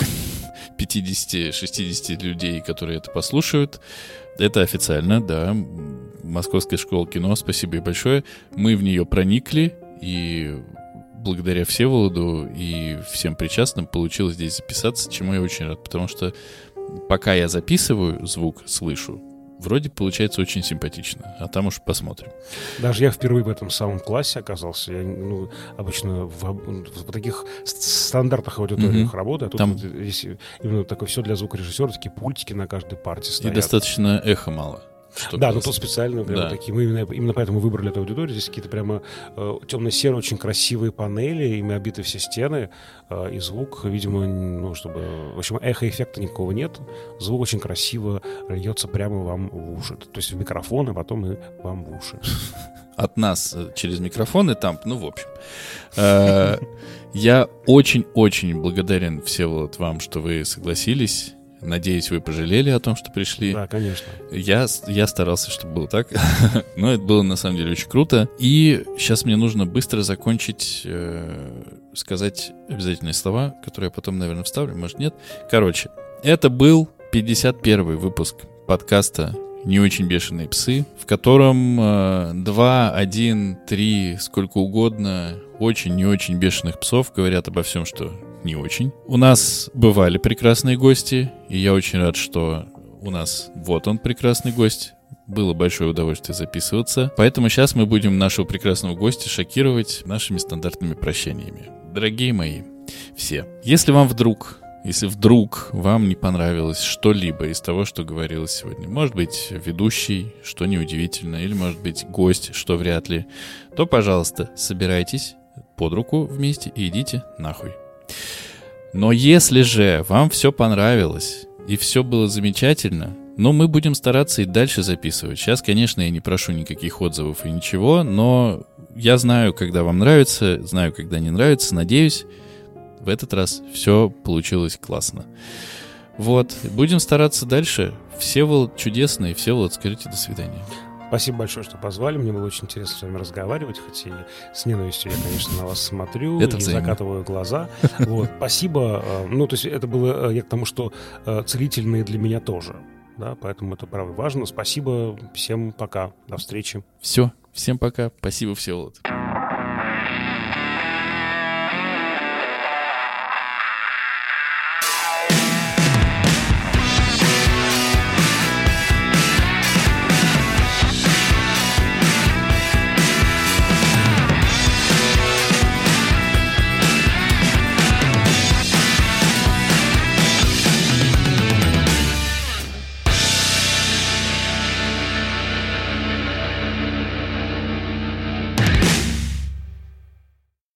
пятьдесят-шестьдесят людей, которые это послушают, это официально, да. Московская школа кино, спасибо ей большое. Мы в нее проникли, и благодаря Всеволоду и всем причастным получилось здесь записаться, чему я очень рад, потому что пока я записываю звук, слышу, вроде получается очень симпатично, а там уж посмотрим. Даже я впервые в этом самом классе оказался. Я, ну, обычно в, в таких стандартах аудиториях mm-hmm. работаю, а тут там... вот здесь именно такое все для звукорежиссера, такие пультики на каждой парте стоят. И достаточно эхо мало. Да, но тут специально прямо да. такие. Мы именно, именно поэтому выбрали эту аудиторию. Здесь какие-то прямо э, темно-серые, очень красивые панели, ими обиты все стены, э, и звук, видимо, ну, чтобы... В общем, эхо-эффекта никакого нет. Звук очень красиво льется прямо вам в уши. То есть в микрофон, а потом и вам в уши. От нас через микрофон и там, ну, в общем. Я очень-очень благодарен, Всеволод, вам, что вы согласились. Надеюсь, вы пожалели о том, что пришли. Да, конечно. Я, я старался, чтобы было так. Но это было, на самом деле, очень круто. И сейчас мне нужно быстро закончить, э, сказать обязательные слова, которые я потом, наверное, вставлю, может, нет. Короче, это был пятьдесят первый выпуск подкаста «Не очень бешеные псы», в котором э, два, один, три, сколько угодно очень не очень бешеных псов говорят обо всем, что... не очень. У нас бывали прекрасные гости, и я очень рад, что у нас вот он, прекрасный гость. Было большое удовольствие записываться. Поэтому сейчас мы будем нашего прекрасного гостя шокировать нашими стандартными прощаниями. Дорогие мои, все. Если вам вдруг, если вдруг вам не понравилось что-либо из того, что говорилось сегодня, может быть, ведущий, что неудивительно, или, может быть, гость, что вряд ли, то, пожалуйста, собирайтесь под руку вместе и идите нахуй. Но если же вам все понравилось и все было замечательно, ну, мы будем стараться и дальше записывать. Сейчас, конечно, я не прошу никаких отзывов и ничего, но я знаю, когда вам нравится, знаю, когда не нравится. Надеюсь, в этот раз все получилось классно. Вот, будем стараться дальше. Всеволод чудесный. Всеволод, скажите до свидания. Спасибо большое, что позвали. Мне было очень интересно с вами разговаривать, хоть и с ненавистью я, конечно, на вас смотрю это и взаимно. закатываю глаза. Вот, спасибо. Ну, то есть это было я к тому, что целительные для меня тоже. Да, поэтому это, правда, важно. Спасибо. Всем пока. До встречи. Все. Всем пока. Спасибо, Всеволод.